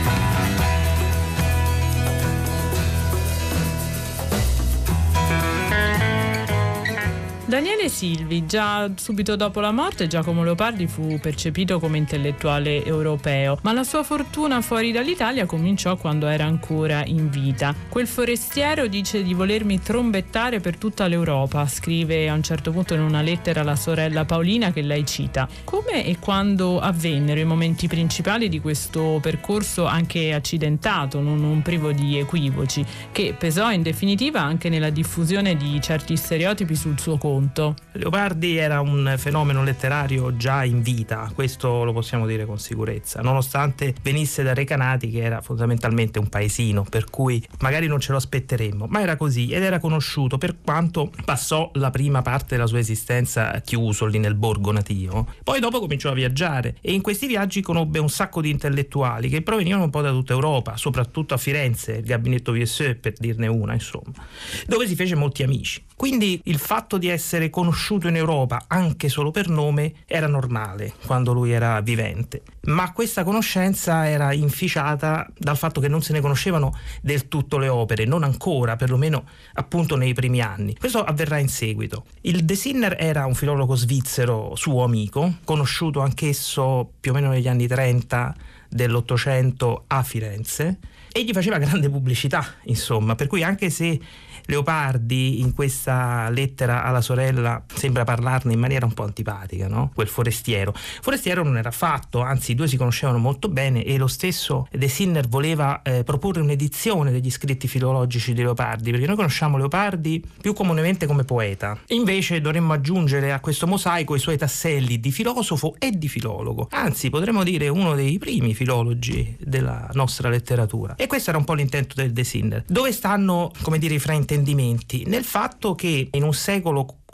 Daniele Silvi, già subito dopo la morte, Giacomo Leopardi fu percepito come intellettuale europeo, ma la sua fortuna fuori dall'Italia cominciò quando era ancora in vita. Quel forestiero dice di volermi trombettare per tutta l'Europa, scrive a un certo punto in una lettera alla sorella Paolina che lei cita. Come e quando avvennero i momenti principali di questo percorso anche accidentato, non, non privo di equivoci, che pesò in definitiva anche nella diffusione di certi stereotipi sul suo conto? Leopardi era un fenomeno letterario già in vita, questo lo possiamo dire con sicurezza, nonostante venisse da Recanati, che era fondamentalmente un paesino, per cui magari non ce lo aspetteremmo, ma era così ed era conosciuto, per quanto passò la prima parte della sua esistenza chiuso lì nel borgo natio. Poi dopo cominciò a viaggiare e in questi viaggi conobbe un sacco di intellettuali che provenivano un po' da tutta Europa, soprattutto a Firenze, il gabinetto Viesseux per dirne una, insomma, dove si fece molti amici. Quindi il fatto di essere conosciuto in Europa anche solo per nome era normale quando lui era vivente, ma questa conoscenza era inficiata dal fatto che non se ne conoscevano del tutto le opere, non ancora, perlomeno appunto nei primi anni. Questo avverrà in seguito. Il De Sinner era un filologo svizzero suo amico, conosciuto anch'esso più o meno negli anni trenta dell'Ottocento a Firenze, e gli faceva grande pubblicità, insomma, per cui anche se Leopardi in questa lettera alla sorella sembra parlarne in maniera un po' antipatica, no? Quel forestiero. Forestiero non era affatto, anzi i due si conoscevano molto bene e lo stesso De Sinner voleva eh, proporre un'edizione degli scritti filologici di Leopardi, perché noi conosciamo Leopardi più comunemente come poeta. Invece dovremmo aggiungere a questo mosaico i suoi tasselli di filosofo e di filologo, anzi potremmo dire uno dei primi filologi della nostra letteratura. E questo era un po' l'intento del De Sinner. Dove stanno, come dire, i fraintendimenti? Nel fatto che in un secolo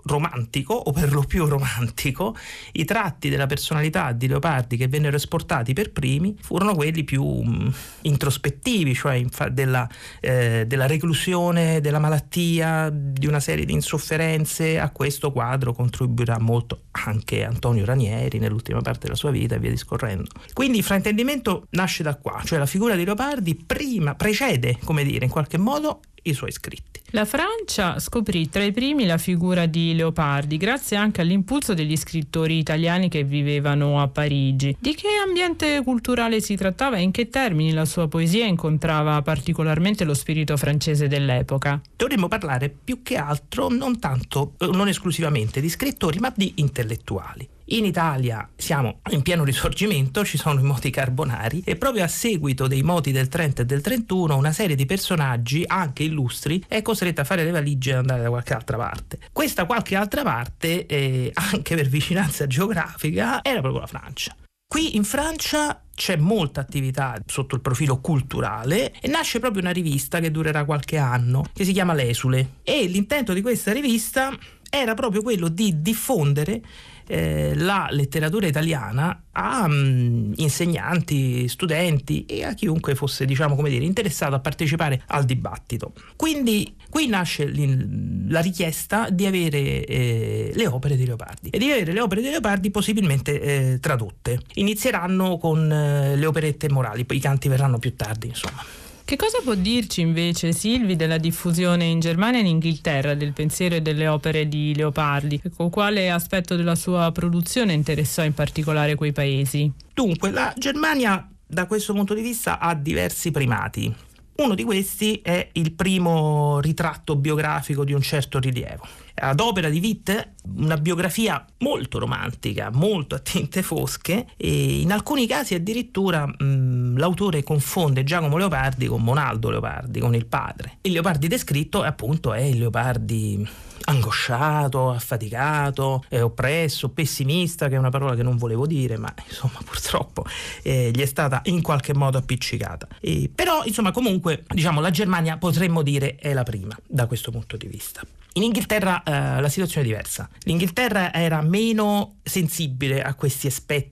romantico o per lo più romantico, i tratti della personalità di Leopardi che vennero esportati per primi furono quelli più mh, introspettivi, cioè infa- della, eh, della reclusione, della malattia, di una serie di insofferenze. A questo quadro contribuirà molto anche Antonio Ranieri nell'ultima parte della sua vita e via discorrendo. Quindi il fraintendimento nasce da qua, cioè la figura di Leopardi prima precede, come dire, in qualche modo i suoi scritti. La Francia scoprì tra i primi la figura di Leopardi grazie anche all'impulso degli scrittori italiani che vivevano a Parigi. Di che ambiente culturale si trattava e in che termini la sua poesia incontrava particolarmente lo spirito francese dell'epoca? Dovremmo parlare più che altro non tanto, non esclusivamente di scrittori, ma di intellettuali. In Italia siamo in pieno risorgimento, ci sono i moti carbonari e proprio a seguito dei moti del trenta e del trentuno una serie di personaggi, anche illustri, è costretta a fare le valigie e andare da qualche altra parte. Questa qualche altra parte, eh, anche per vicinanza geografica, era proprio la Francia. Qui in Francia c'è molta attività sotto il profilo culturale e nasce proprio una rivista che durerà qualche anno, che si chiama L'Esule, e l'intento di questa rivista era proprio quello di diffondere eh, la letteratura italiana a um, insegnanti, studenti e a chiunque fosse, diciamo, come dire, interessato a partecipare al dibattito. Quindi qui nasce la richiesta di avere eh, le opere di Leopardi e di avere le opere di Leopardi possibilmente eh, tradotte. Inizieranno con eh, le operette morali, poi i canti verranno più tardi, insomma. Che cosa può dirci invece Silvi della diffusione in Germania e in Inghilterra del pensiero e delle opere di Leopardi? Ecco, quale aspetto della sua produzione interessò in particolare quei paesi? Dunque, la Germania da questo punto di vista ha diversi primati. Uno di questi è il primo ritratto biografico di un certo rilievo. Ad opera di Witte, una biografia molto romantica, molto a tinte fosche, e in alcuni casi addirittura mh, l'autore confonde Giacomo Leopardi con Monaldo Leopardi, con il padre. Il Leopardi descritto appunto è il Leopardi angosciato, affaticato, eh, oppresso, pessimista, che è una parola che non volevo dire, ma insomma purtroppo eh, gli è stata in qualche modo appiccicata. E, però insomma comunque diciamo la Germania potremmo dire è la prima da questo punto di vista. In Inghilterra eh, la situazione è diversa. L'Inghilterra era meno sensibile a questi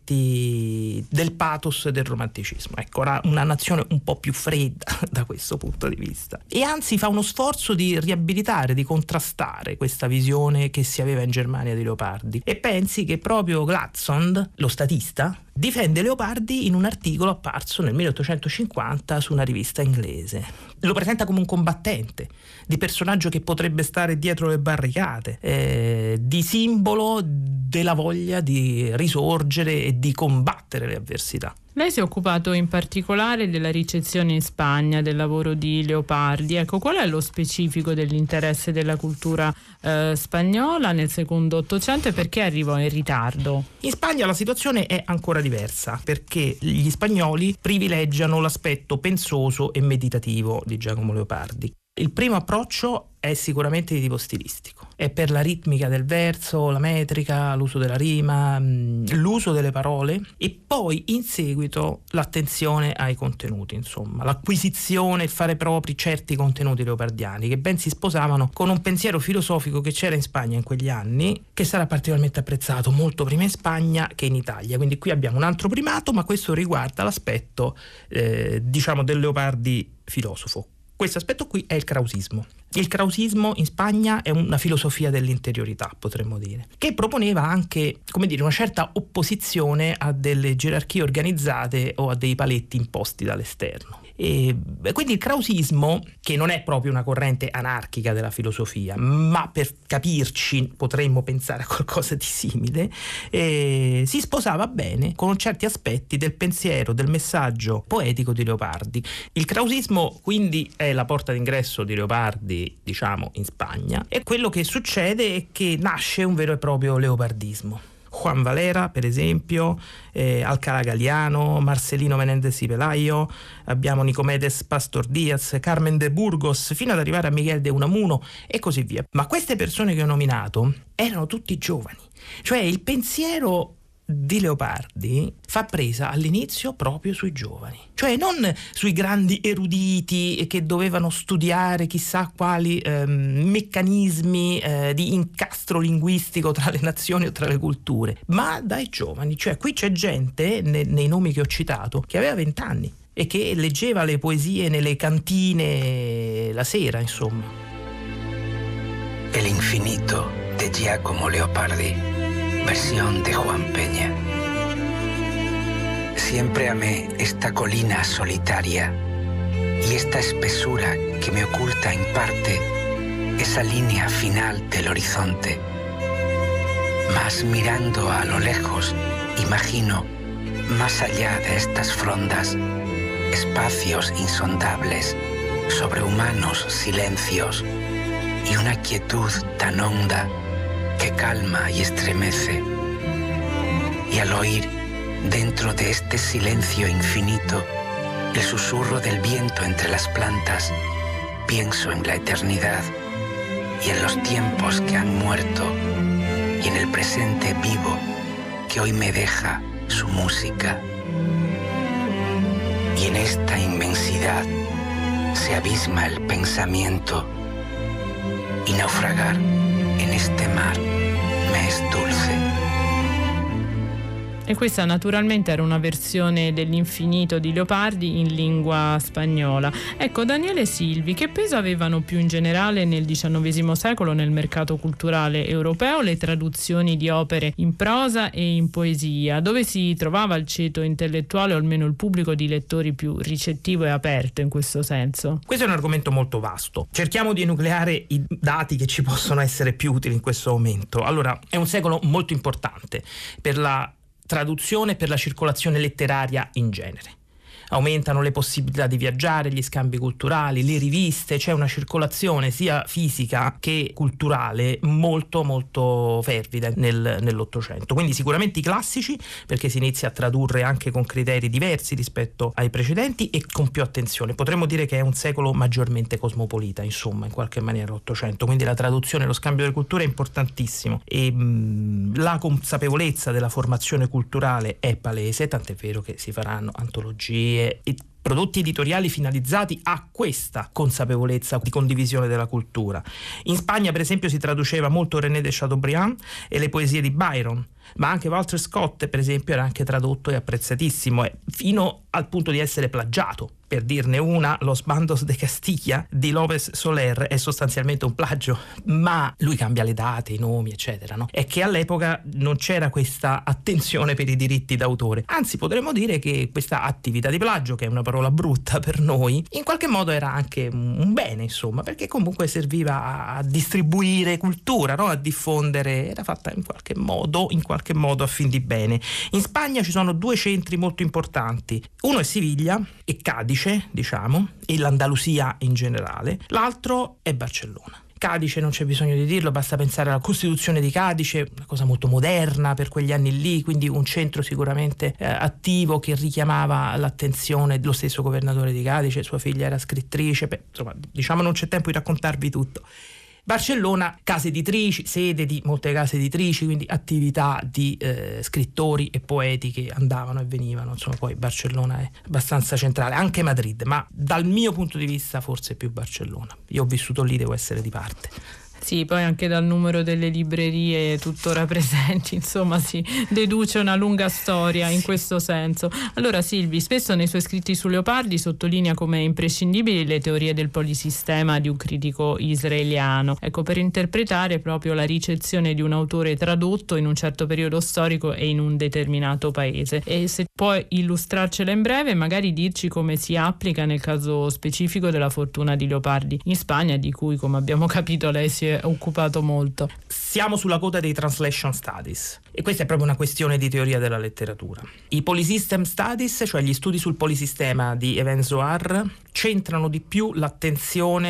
aspetti del pathos e del romanticismo. Ecco, era una nazione un po' più fredda da questo punto di vista. E anzi fa uno sforzo di riabilitare, di contrastare questa visione che si aveva in Germania di Leopardi. E pensi che proprio Gladstone, lo statista, difende Leopardi in un articolo apparso nel milleottocentocinquanta su una rivista inglese. Lo presenta come un combattente, di personaggio che potrebbe stare dietro le barricate, eh, di simbolo della voglia di risorgere e di combattere le avversità. Lei si è occupato in particolare della ricezione in Spagna del lavoro di Leopardi. Ecco, qual è lo specifico dell'interesse della cultura eh, spagnola nel secondo Ottocento e perché arrivò in ritardo? In Spagna la situazione è ancora diversa, perché gli spagnoli privilegiano l'aspetto pensoso e meditativo di Giacomo Leopardi. Il primo approccio è sicuramente di tipo stilistico, è per la ritmica del verso, la metrica, l'uso della rima, l'uso delle parole e poi in seguito l'attenzione ai contenuti, insomma l'acquisizione e fare propri certi contenuti leopardiani che ben si sposavano con un pensiero filosofico che c'era in Spagna in quegli anni, che sarà particolarmente apprezzato molto prima in Spagna che in Italia. Quindi qui abbiamo un altro primato, ma questo riguarda l'aspetto eh, diciamo del Leopardi filosofo. Questo aspetto qui è il krausismo. Il krausismo in Spagna è una filosofia dell'interiorità, potremmo dire, che proponeva anche, come dire, una certa opposizione a delle gerarchie organizzate o a dei paletti imposti dall'esterno. E quindi il krausismo, che non è proprio una corrente anarchica della filosofia, ma per capirci potremmo pensare a qualcosa di simile, eh, si sposava bene con certi aspetti del pensiero, del messaggio poetico di Leopardi. Il krausismo quindi è la porta d'ingresso di Leopardi, diciamo, in Spagna, e quello che succede è che nasce un vero e proprio leopardismo. Juan Valera, per esempio, eh, Alcalá Galiano, Marcelino Menéndez y Pelayo, abbiamo Nicomedes Pastor Díaz, Carmen de Burgos, fino ad arrivare a Miguel de Unamuno e così via. Ma queste persone che ho nominato erano tutti giovani, cioè il pensiero di Leopardi fa presa all'inizio proprio sui giovani, cioè non sui grandi eruditi che dovevano studiare chissà quali ehm, meccanismi eh, di incastro linguistico tra le nazioni o tra le culture, ma dai giovani. Cioè qui c'è gente, ne, nei nomi che ho citato, che aveva vent'anni e che leggeva le poesie nelle cantine la sera, insomma. El infinito de Giacomo Leopardi, versión de Juan Peña. Siempre amé esta colina solitaria y esta espesura que me oculta en parte esa línea final del horizonte. Mas mirando a lo lejos, imagino, más allá de estas frondas, espacios insondables, sobrehumanos silencios y una quietud tan honda que calma y estremece. Y al oír, dentro de este silencio infinito, el susurro del viento entre las plantas, pienso en la eternidad y en los tiempos que han muerto y en el presente vivo que hoy me deja su música. Y en esta inmensidad se abisma el pensamiento y naufragar en este mar me es dulce. E questa naturalmente era una versione dell'Infinito di Leopardi in lingua spagnola. Ecco, Daniele Silvi, che peso avevano più in generale nel diciannovesimo secolo nel mercato culturale europeo le traduzioni di opere in prosa e in poesia? Dove si trovava il ceto intellettuale o almeno il pubblico di lettori più ricettivo e aperto in questo senso? Questo è un argomento molto vasto. Cerchiamo di enucleare i dati che ci possono essere più utili in questo momento. Allora, è un secolo molto importante per la traduzione e per la circolazione letteraria in genere. Aumentano le possibilità di viaggiare, gli scambi culturali, le riviste, c'è una circolazione sia fisica che culturale molto molto fervida nel, nell'Ottocento. Quindi sicuramente i classici, perché si inizia a tradurre anche con criteri diversi rispetto ai precedenti e con più attenzione. Potremmo dire che è un secolo maggiormente cosmopolita, insomma, in qualche maniera l'Ottocento. Quindi la traduzione e lo scambio delle culture è importantissimo e mh, la consapevolezza della formazione culturale è palese, tant'è vero che si faranno antologie e prodotti editoriali finalizzati a questa consapevolezza di condivisione della cultura. In Spagna, per esempio, si traduceva molto René de Chateaubriand e le poesie di Byron, ma anche Walter Scott, per esempio, era anche tradotto e apprezzatissimo, eh, fino al punto di essere plagiato. Per dirne una, Los Bandos de Castilla di López Soler è sostanzialmente un plagio, ma lui cambia le date, i nomi, eccetera, no? È che all'epoca non c'era questa attenzione per i diritti d'autore. Anzi, potremmo dire che questa attività di plagio, che è una parola brutta per noi, in qualche modo era anche un bene, insomma, perché comunque serviva a distribuire cultura, no? A diffondere, era fatta in qualche modo, in qualche modo a fin di bene. In Spagna ci sono due centri molto importanti. Uno è Siviglia e Cadice, diciamo, e l'Andalusia in generale. L'altro è Barcellona. Cadice non c'è bisogno di dirlo, basta pensare alla Costituzione di Cadice, una cosa molto moderna per quegli anni lì, quindi un centro sicuramente eh, attivo che richiamava l'attenzione dello stesso governatore di Cadice, sua figlia era scrittrice, beh, insomma, diciamo non c'è tempo di raccontarvi tutto. Barcellona, case editrici, sede di molte case editrici, quindi attività di eh, scrittori e poeti che andavano e venivano, insomma poi Barcellona è abbastanza centrale, anche Madrid, ma dal mio punto di vista forse più Barcellona. Io ho vissuto lì, devo essere di parte. Sì, poi anche dal numero delle librerie tuttora presenti, insomma si deduce una lunga storia in questo senso. Allora Silvi, spesso nei suoi scritti su Leopardi sottolinea come imprescindibili le teorie del polisistema di un critico israeliano, ecco, per interpretare proprio la ricezione di un autore tradotto in un certo periodo storico e in un determinato paese. E se puoi illustrarcela in breve, magari dirci come si applica nel caso specifico della fortuna di Leopardi in Spagna, di cui, come abbiamo capito, lei si è occupato molto. Siamo sulla coda dei translation studies e questa è proprio una questione di teoria della letteratura. I polysystem studies, cioè gli studi sul polisistema di Even Zohar, centrano di più l'attenzione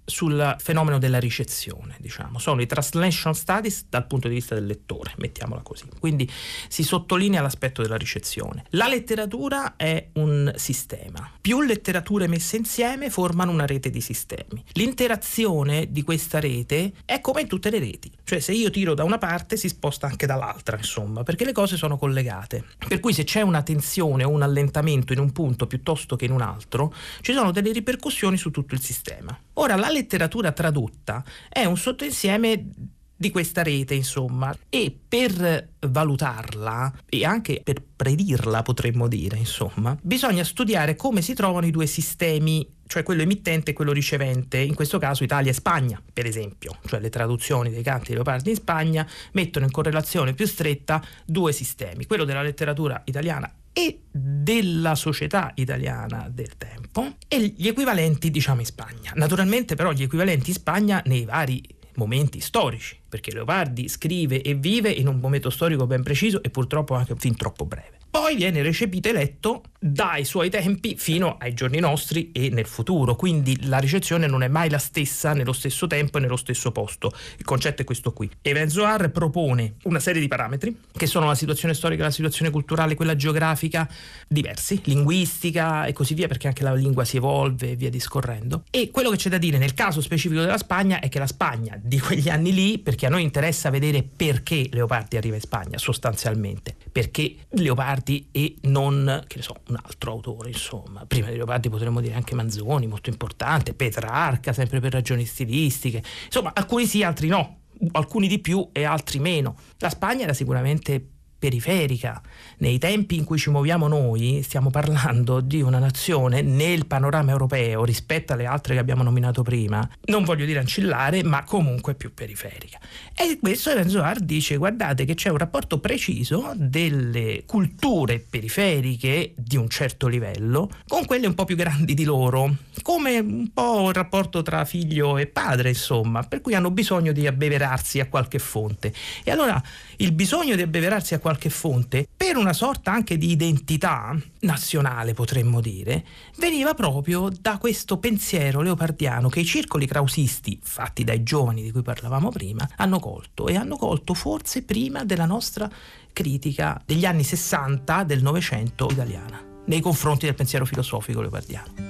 sul fenomeno della ricezione, diciamo. Sono i translation studies dal punto di vista del lettore, mettiamola così. Quindi si sottolinea l'aspetto della ricezione. La letteratura è un sistema. Più letterature messe insieme formano una rete di sistemi. L'interazione di questa rete è come in tutte le reti. Cioè, se io tiro da una parte si sposta anche dall'altra, insomma, perché le cose sono collegate. Per cui se c'è una tensione o un allentamento in un punto piuttosto che in un altro, ci sono delle ripercussioni su tutto il sistema. Ora, la letteratura tradotta è un sottoinsieme di questa rete, insomma, e per valutarla e anche per predirla, potremmo dire, insomma, bisogna studiare come si trovano i due sistemi, cioè quello emittente e quello ricevente, in questo caso Italia e Spagna, per esempio, cioè le traduzioni dei canti dei leopardi in Spagna mettono in correlazione più stretta due sistemi, quello della letteratura italiana e della società italiana del tempo e gli equivalenti, diciamo, in Spagna. Naturalmente però gli equivalenti in Spagna nei vari momenti storici, perché Leopardi scrive e vive in un momento storico ben preciso e purtroppo anche fin troppo breve. Poi viene recepito e letto dai suoi tempi fino ai giorni nostri e nel futuro, quindi la ricezione non è mai la stessa nello stesso tempo e nello stesso posto. Il concetto è questo qui. Evenzoar propone una serie di parametri che sono la situazione storica, la situazione culturale, quella geografica, diversi, linguistica e così via, perché anche la lingua si evolve e via discorrendo. E quello che c'è da dire nel caso specifico della Spagna è che la Spagna di quegli anni lì, perché a noi interessa vedere perché Leopardi arriva in Spagna sostanzialmente, perché Leopardi e non, che ne so, un altro autore, insomma. Prima di Leopardi potremmo dire anche Manzoni, molto importante, Petrarca, sempre per ragioni stilistiche. Insomma, alcuni sì, altri no, alcuni di più e altri meno. La Spagna era sicuramente periferica. Nei tempi in cui ci muoviamo noi stiamo parlando di una nazione nel panorama europeo rispetto alle altre che abbiamo nominato prima, non voglio dire ancillare, ma comunque più periferica. E questo Evenzoar dice: guardate che c'è un rapporto preciso delle culture periferiche di un certo livello con quelle un po' più grandi di loro, come un po' il rapporto tra figlio e padre, insomma, per cui hanno bisogno di abbeverarsi a qualche fonte. E allora il bisogno di abbeverarsi a qualche fonte, per una sorta anche di identità nazionale, potremmo dire, veniva proprio da questo pensiero leopardiano che i circoli krausisti, fatti dai giovani di cui parlavamo prima, hanno colto, e hanno colto forse prima della nostra critica degli anni sessanta del Novecento italiana, nei confronti del pensiero filosofico leopardiano.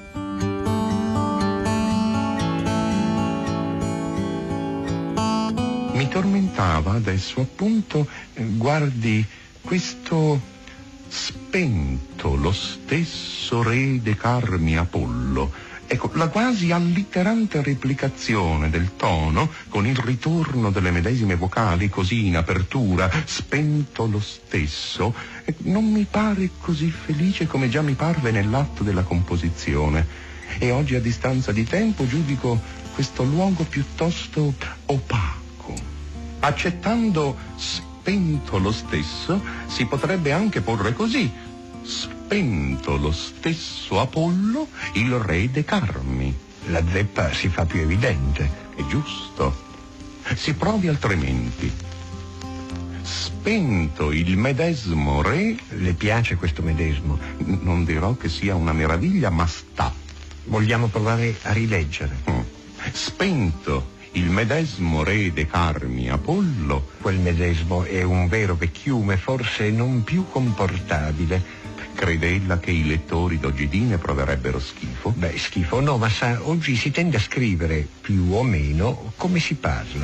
Mi tormentava adesso appunto, eh, guardi, questo spento lo stesso re de Carmi Apollo. Ecco, la quasi allitterante replicazione del tono con il ritorno delle medesime vocali così in apertura, spento lo stesso, eh, non mi pare così felice come già mi parve nell'atto della composizione. E oggi a distanza di tempo giudico questo luogo piuttosto opaco. Accettando spento lo stesso, si potrebbe anche porre così: spento lo stesso Apollo, il re de Carmi. La zeppa si fa più evidente. È giusto. Si provi altrimenti. Spento il medesimo re. Le piace questo medesimo? Non dirò che sia una meraviglia, ma sta. Vogliamo provare a rileggere. Mm. Spento il medesimo re de Carmi Apollo. Quel medesimo è un vero vecchiume, forse non più comportabile. Crede ella che i lettori d'oggi ne proverebbero schifo? Beh, schifo no, ma sa, oggi si tende a scrivere più o meno come si parla.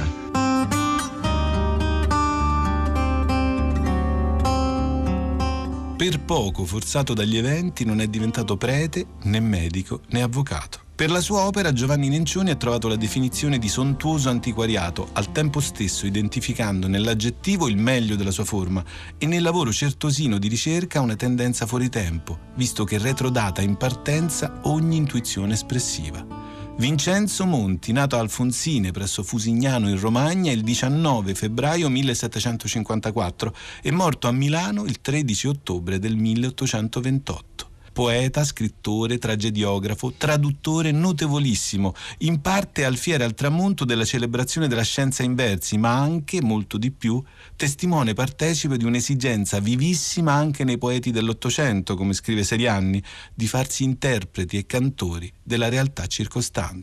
Per poco, forzato dagli eventi, non è diventato prete, né medico, né avvocato. Per la sua opera Giovanni Nencioni ha trovato la definizione di sontuoso antiquariato, al tempo stesso identificando nell'aggettivo il meglio della sua forma e nel lavoro certosino di ricerca una tendenza fuori tempo, visto che retrodata in partenza ogni intuizione espressiva. Vincenzo Monti, nato a Alfonsine presso Fusignano in Romagna il diciannove febbraio millesettecentocinquantaquattro e morto a Milano il tredici ottobre del milleottocentoventotto. Poeta, scrittore, tragediografo, traduttore notevolissimo, in parte alfiere al tramonto della celebrazione della scienza in versi, ma anche, molto di più, testimone partecipe di un'esigenza vivissima anche nei poeti dell'Ottocento, come scrive Serianni, di farsi interpreti e cantori della realtà circostante.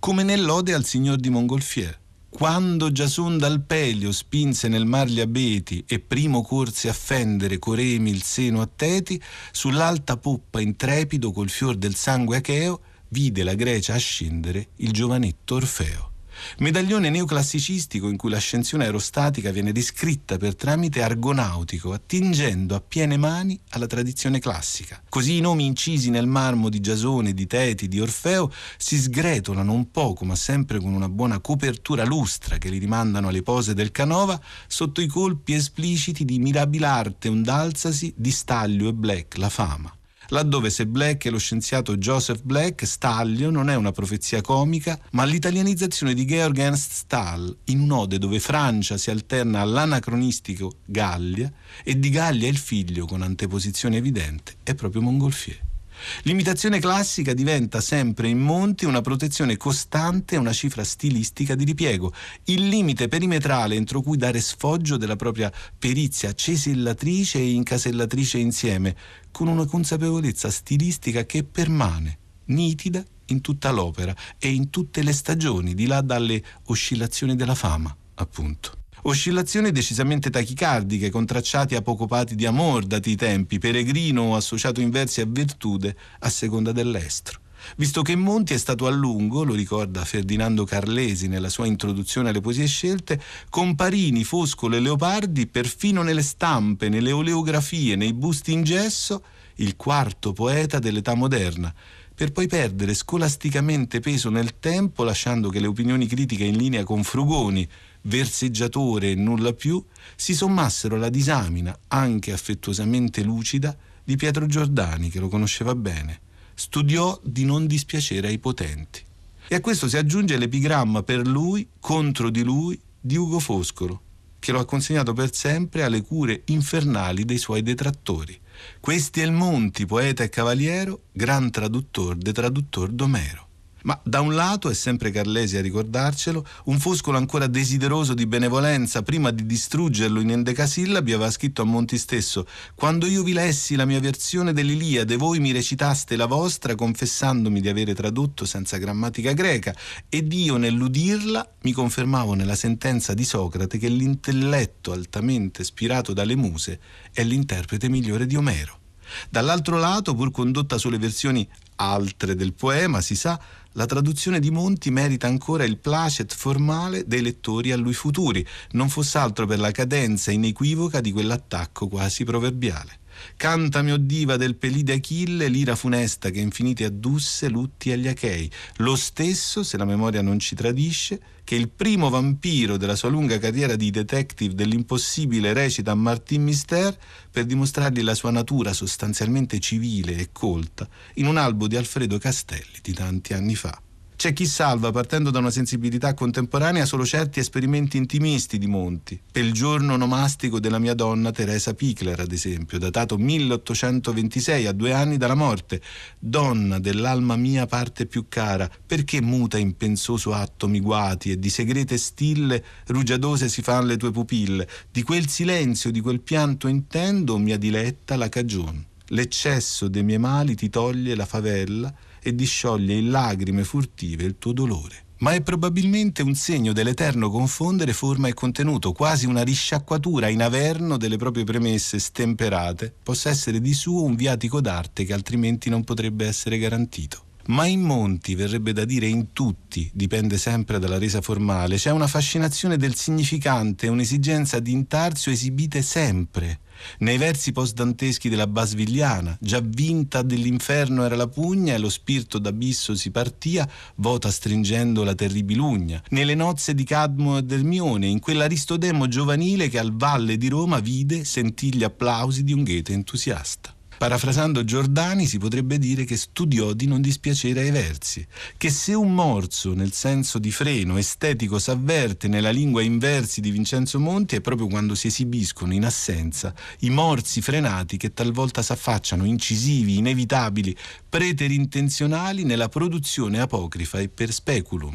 come nell'Ode al signor di Montgolfier. Quando Giason dal Pelio spinse nel mar gli abeti e primo corse a fendere coremi il seno a Teti, sull'alta poppa intrepido col fior del sangue acheo vide la Grecia ascendere il giovanetto Orfeo. Medaglione neoclassicistico in cui l'ascensione aerostatica viene riscritta per tramite argonautico, attingendo a piene mani alla tradizione classica. Così i nomi incisi nel marmo di Giasone, di Teti, di Orfeo si sgretolano un poco, ma sempre con una buona copertura lustra che li rimandano alle pose del Canova, sotto i colpi espliciti di Mirabilarte, un d'Alzasi, di Staglio e Black, la fama. Laddove se Black è lo scienziato Joseph Black, Staglio non è una profezia comica, ma l'italianizzazione di Georg Ernst Stahl, in un'ode dove Francia si alterna all'anacronistico Gallia e di Gallia il figlio, con anteposizione evidente, è proprio Montgolfier. L'imitazione classica diventa sempre in Monti una protezione costante e una cifra stilistica di ripiego, il limite perimetrale entro cui dare sfoggio della propria perizia cesellatrice e incasellatrice insieme, con una consapevolezza stilistica che permane, nitida in tutta l'opera e in tutte le stagioni, di là dalle oscillazioni della fama, appunto. Oscillazioni decisamente tachicardiche, contracciati apocopati di amor dati i tempi, peregrino o associato in versi a virtude a seconda dell'estro. Visto che Monti è stato a lungo, lo ricorda Ferdinando Carlesi nella sua introduzione alle poesie scelte, con Parini, Foscolo e Leopardi, perfino nelle stampe, nelle oleografie, nei busti in gesso, il quarto poeta dell'età moderna, per poi perdere scolasticamente peso nel tempo, lasciando che le opinioni critiche in linea con Frugoni, verseggiatore e nulla più, si sommassero alla disamina, anche affettuosamente lucida, di Pietro Giordani, che lo conosceva bene. Studiò di non dispiacere ai potenti. E a questo si aggiunge l'epigramma per lui, contro di lui, di Ugo Foscolo, che lo ha consegnato per sempre alle cure infernali dei suoi detrattori. Questi è il Monti, poeta e cavaliero, gran traduttor de traduttor d'Omero. Ma da un lato, è sempre Carlesi a ricordarcelo, un Foscolo ancora desideroso di benevolenza, prima di distruggerlo in endecasillabi, aveva scritto a Monti stesso: «Quando io vi lessi la mia versione dell'Iliade, voi mi recitaste la vostra confessandomi di avere tradotto senza grammatica greca, ed io nell'udirla mi confermavo nella sentenza di Socrate che l'intelletto altamente ispirato dalle muse è l'interprete migliore di Omero». Dall'altro lato, pur condotta sulle versioni altre del poema, si sa, la traduzione di Monti merita ancora il placet formale dei lettori a lui futuri, non fosse altro per la cadenza inequivoca di quell'attacco quasi proverbiale. Cantami, o diva del Pelide Achille, l'ira funesta che infiniti addusse lutti agli Achei, lo stesso, se la memoria non ci tradisce, che il primo vampiro della sua lunga carriera di detective dell'impossibile recita a Martin Mister per dimostrargli la sua natura sostanzialmente civile e colta in un albo di Alfredo Castelli di tanti anni fa. C'è chi salva, partendo da una sensibilità contemporanea, solo certi esperimenti intimisti di Monti. Per il giorno onomastico della mia donna Teresa Pichler, ad esempio, datato milleottocentoventisei, a due anni dalla morte. Donna dell'alma mia parte più cara, perché muta in pensoso atto mi guati e di segrete stille rugiadose si fan le tue pupille? Di quel silenzio, di quel pianto intendo, mia diletta, la cagion. L'eccesso dei miei mali ti toglie la favella e discioglie in lagrime furtive il tuo dolore. Ma è probabilmente un segno dell'eterno confondere forma e contenuto, quasi una risciacquatura in averno delle proprie premesse stemperate, possa essere di suo un viatico d'arte che altrimenti non potrebbe essere garantito. Ma in Monti, verrebbe da dire in tutti, dipende sempre dalla resa formale, c'è una fascinazione del significante, un'esigenza di intarsio esibite sempre. Nei versi post-danteschi della Basvigliana, già vinta dell'inferno era la pugna e lo spirito d'abisso si partia, vota stringendo la terribilugna. Nelle nozze di Cadmo ed Ermione, in quell'Aristodemo giovanile che al Valle di Roma vide, sentì gli applausi di un Goethe entusiasta. Parafrasando Giordani, si potrebbe dire che studiò di non dispiacere ai versi, che se un morso, nel senso di freno estetico, s'avverte nella lingua in versi di Vincenzo Monti è proprio quando si esibiscono in assenza i morsi frenati che talvolta s'affacciano incisivi, inevitabili, preterintenzionali nella produzione apocrifa e per speculum.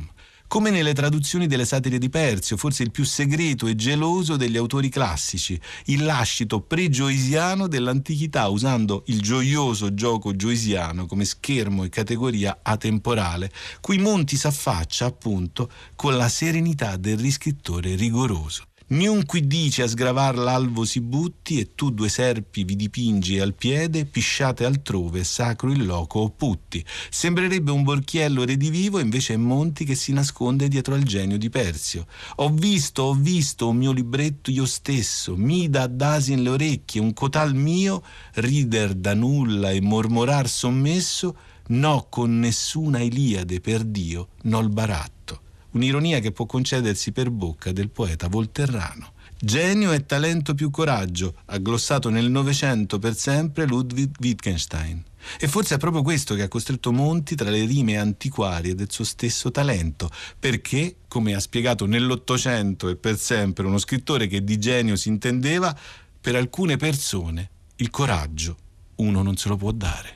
come nelle traduzioni delle satire di Perzio, forse il più segreto e geloso degli autori classici, il lascito pre-gioisiano dell'antichità, usando il gioioso gioco gioisiano come schermo e categoria atemporale, cui Monti s'affaccia appunto con la serenità del riscrittore rigoroso. Niun qui dice a sgravar l'alvo si butti e tu due serpi vi dipingi al piede, pisciate altrove, sacro il loco o putti. Sembrerebbe un borchiello redivivo, invece è Monti che si nasconde dietro al genio di Perzio. Ho visto, ho visto un mio libretto io stesso, mi dà d'asin le orecchie, un cotal mio, rider da nulla e mormorar sommesso, no con nessuna Iliade per Dio, no il baratto. Un'ironia che può concedersi per bocca del poeta volterrano. Genio e talento più coraggio, ha glossato nel Novecento per sempre Ludwig Wittgenstein. E forse è proprio questo che ha costretto Monti tra le rime antiquarie del suo stesso talento, perché, come ha spiegato nell'Ottocento e per sempre uno scrittore che di genio si intendeva, per alcune persone il coraggio uno non se lo può dare.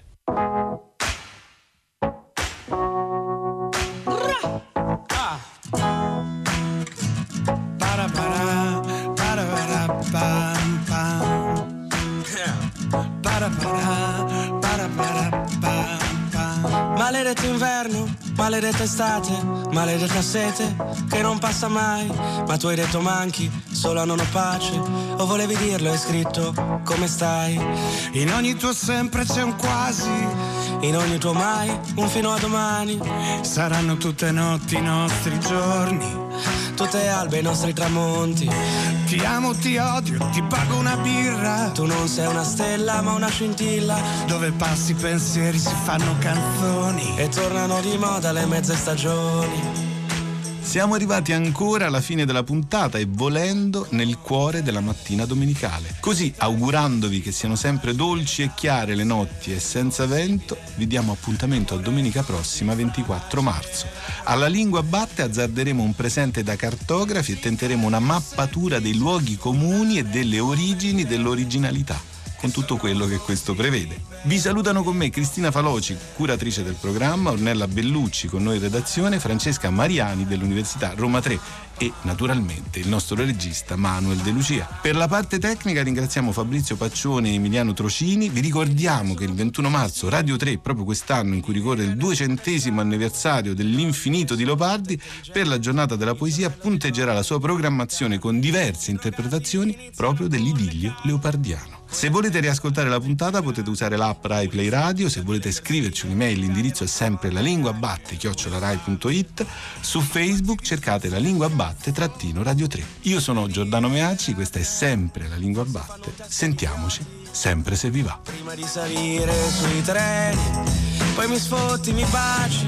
Maledetto inverno, maledetta estate, maledetta sete che non passa mai. Ma tu hai detto manchi, solo a non ho pace. O volevi dirlo, hai scritto come stai. In ogni tuo sempre c'è un quasi, in ogni tuo mai un fino a domani. Saranno tutte notti i nostri giorni, tutte albe i nostri tramonti. Ti amo, ti odio, ti pago una birra. Tu non sei una stella ma una scintilla. Dove passi i pensieri si fanno canzoni e tornano di moda le mezze stagioni. Siamo arrivati ancora alla fine della puntata e volendo nel cuore della mattina domenicale. Così, augurandovi che siano sempre dolci e chiare le notti e senza vento, vi diamo appuntamento a domenica prossima, ventiquattro marzo. Alla Lingua Batte azzarderemo un presente da cartografi e tenteremo una mappatura dei luoghi comuni e delle origini dell'originalità, con tutto quello che questo prevede. Vi salutano con me Cristina Faloci, curatrice del programma, Ornella Bellucci con noi in redazione, Francesca Mariani dell'Università Roma tre e naturalmente il nostro regista Manuel De Lucia. Per la parte tecnica ringraziamo Fabrizio Paccione e Emiliano Trocini. Vi ricordiamo che il ventuno marzo Radio tre, proprio quest'anno in cui ricorre il duecentesimo anniversario dell'Infinito di Leopardi, per la giornata della poesia punteggerà la sua programmazione con diverse interpretazioni proprio dell'idillio leopardiano. Se volete riascoltare la puntata potete usare l'app Rai Play Radio, se volete scriverci un'email l'indirizzo è sempre lalinguabatte chiocciola rai punto it, su Facebook cercate La Lingua Batte trattino Radio tre. Io sono Giordano Meacci, questa è sempre La Lingua Batte, sentiamoci sempre se vi va. Prima di salire sui treni, poi mi sfotti, mi baci,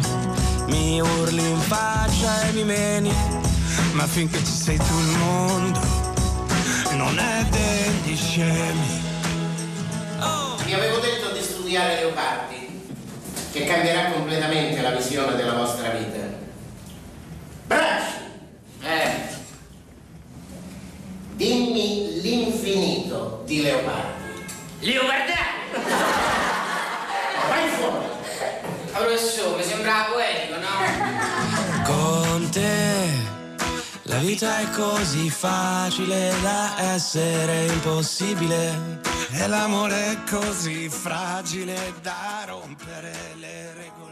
mi urli in faccia e mi meni, ma finché ci sei tu il mondo non è degli scemi. Vi avevo detto di studiare Leopardi, che cambierà completamente la visione della vostra vita. Bracci! Eh. Dimmi l'infinito di Leopardi. Leopardiano! Vai fuori! Ma professore, mi sembra poetico, no? Con te la vita è così facile da essere impossibile. E l'amore è così fragile da rompere le regole.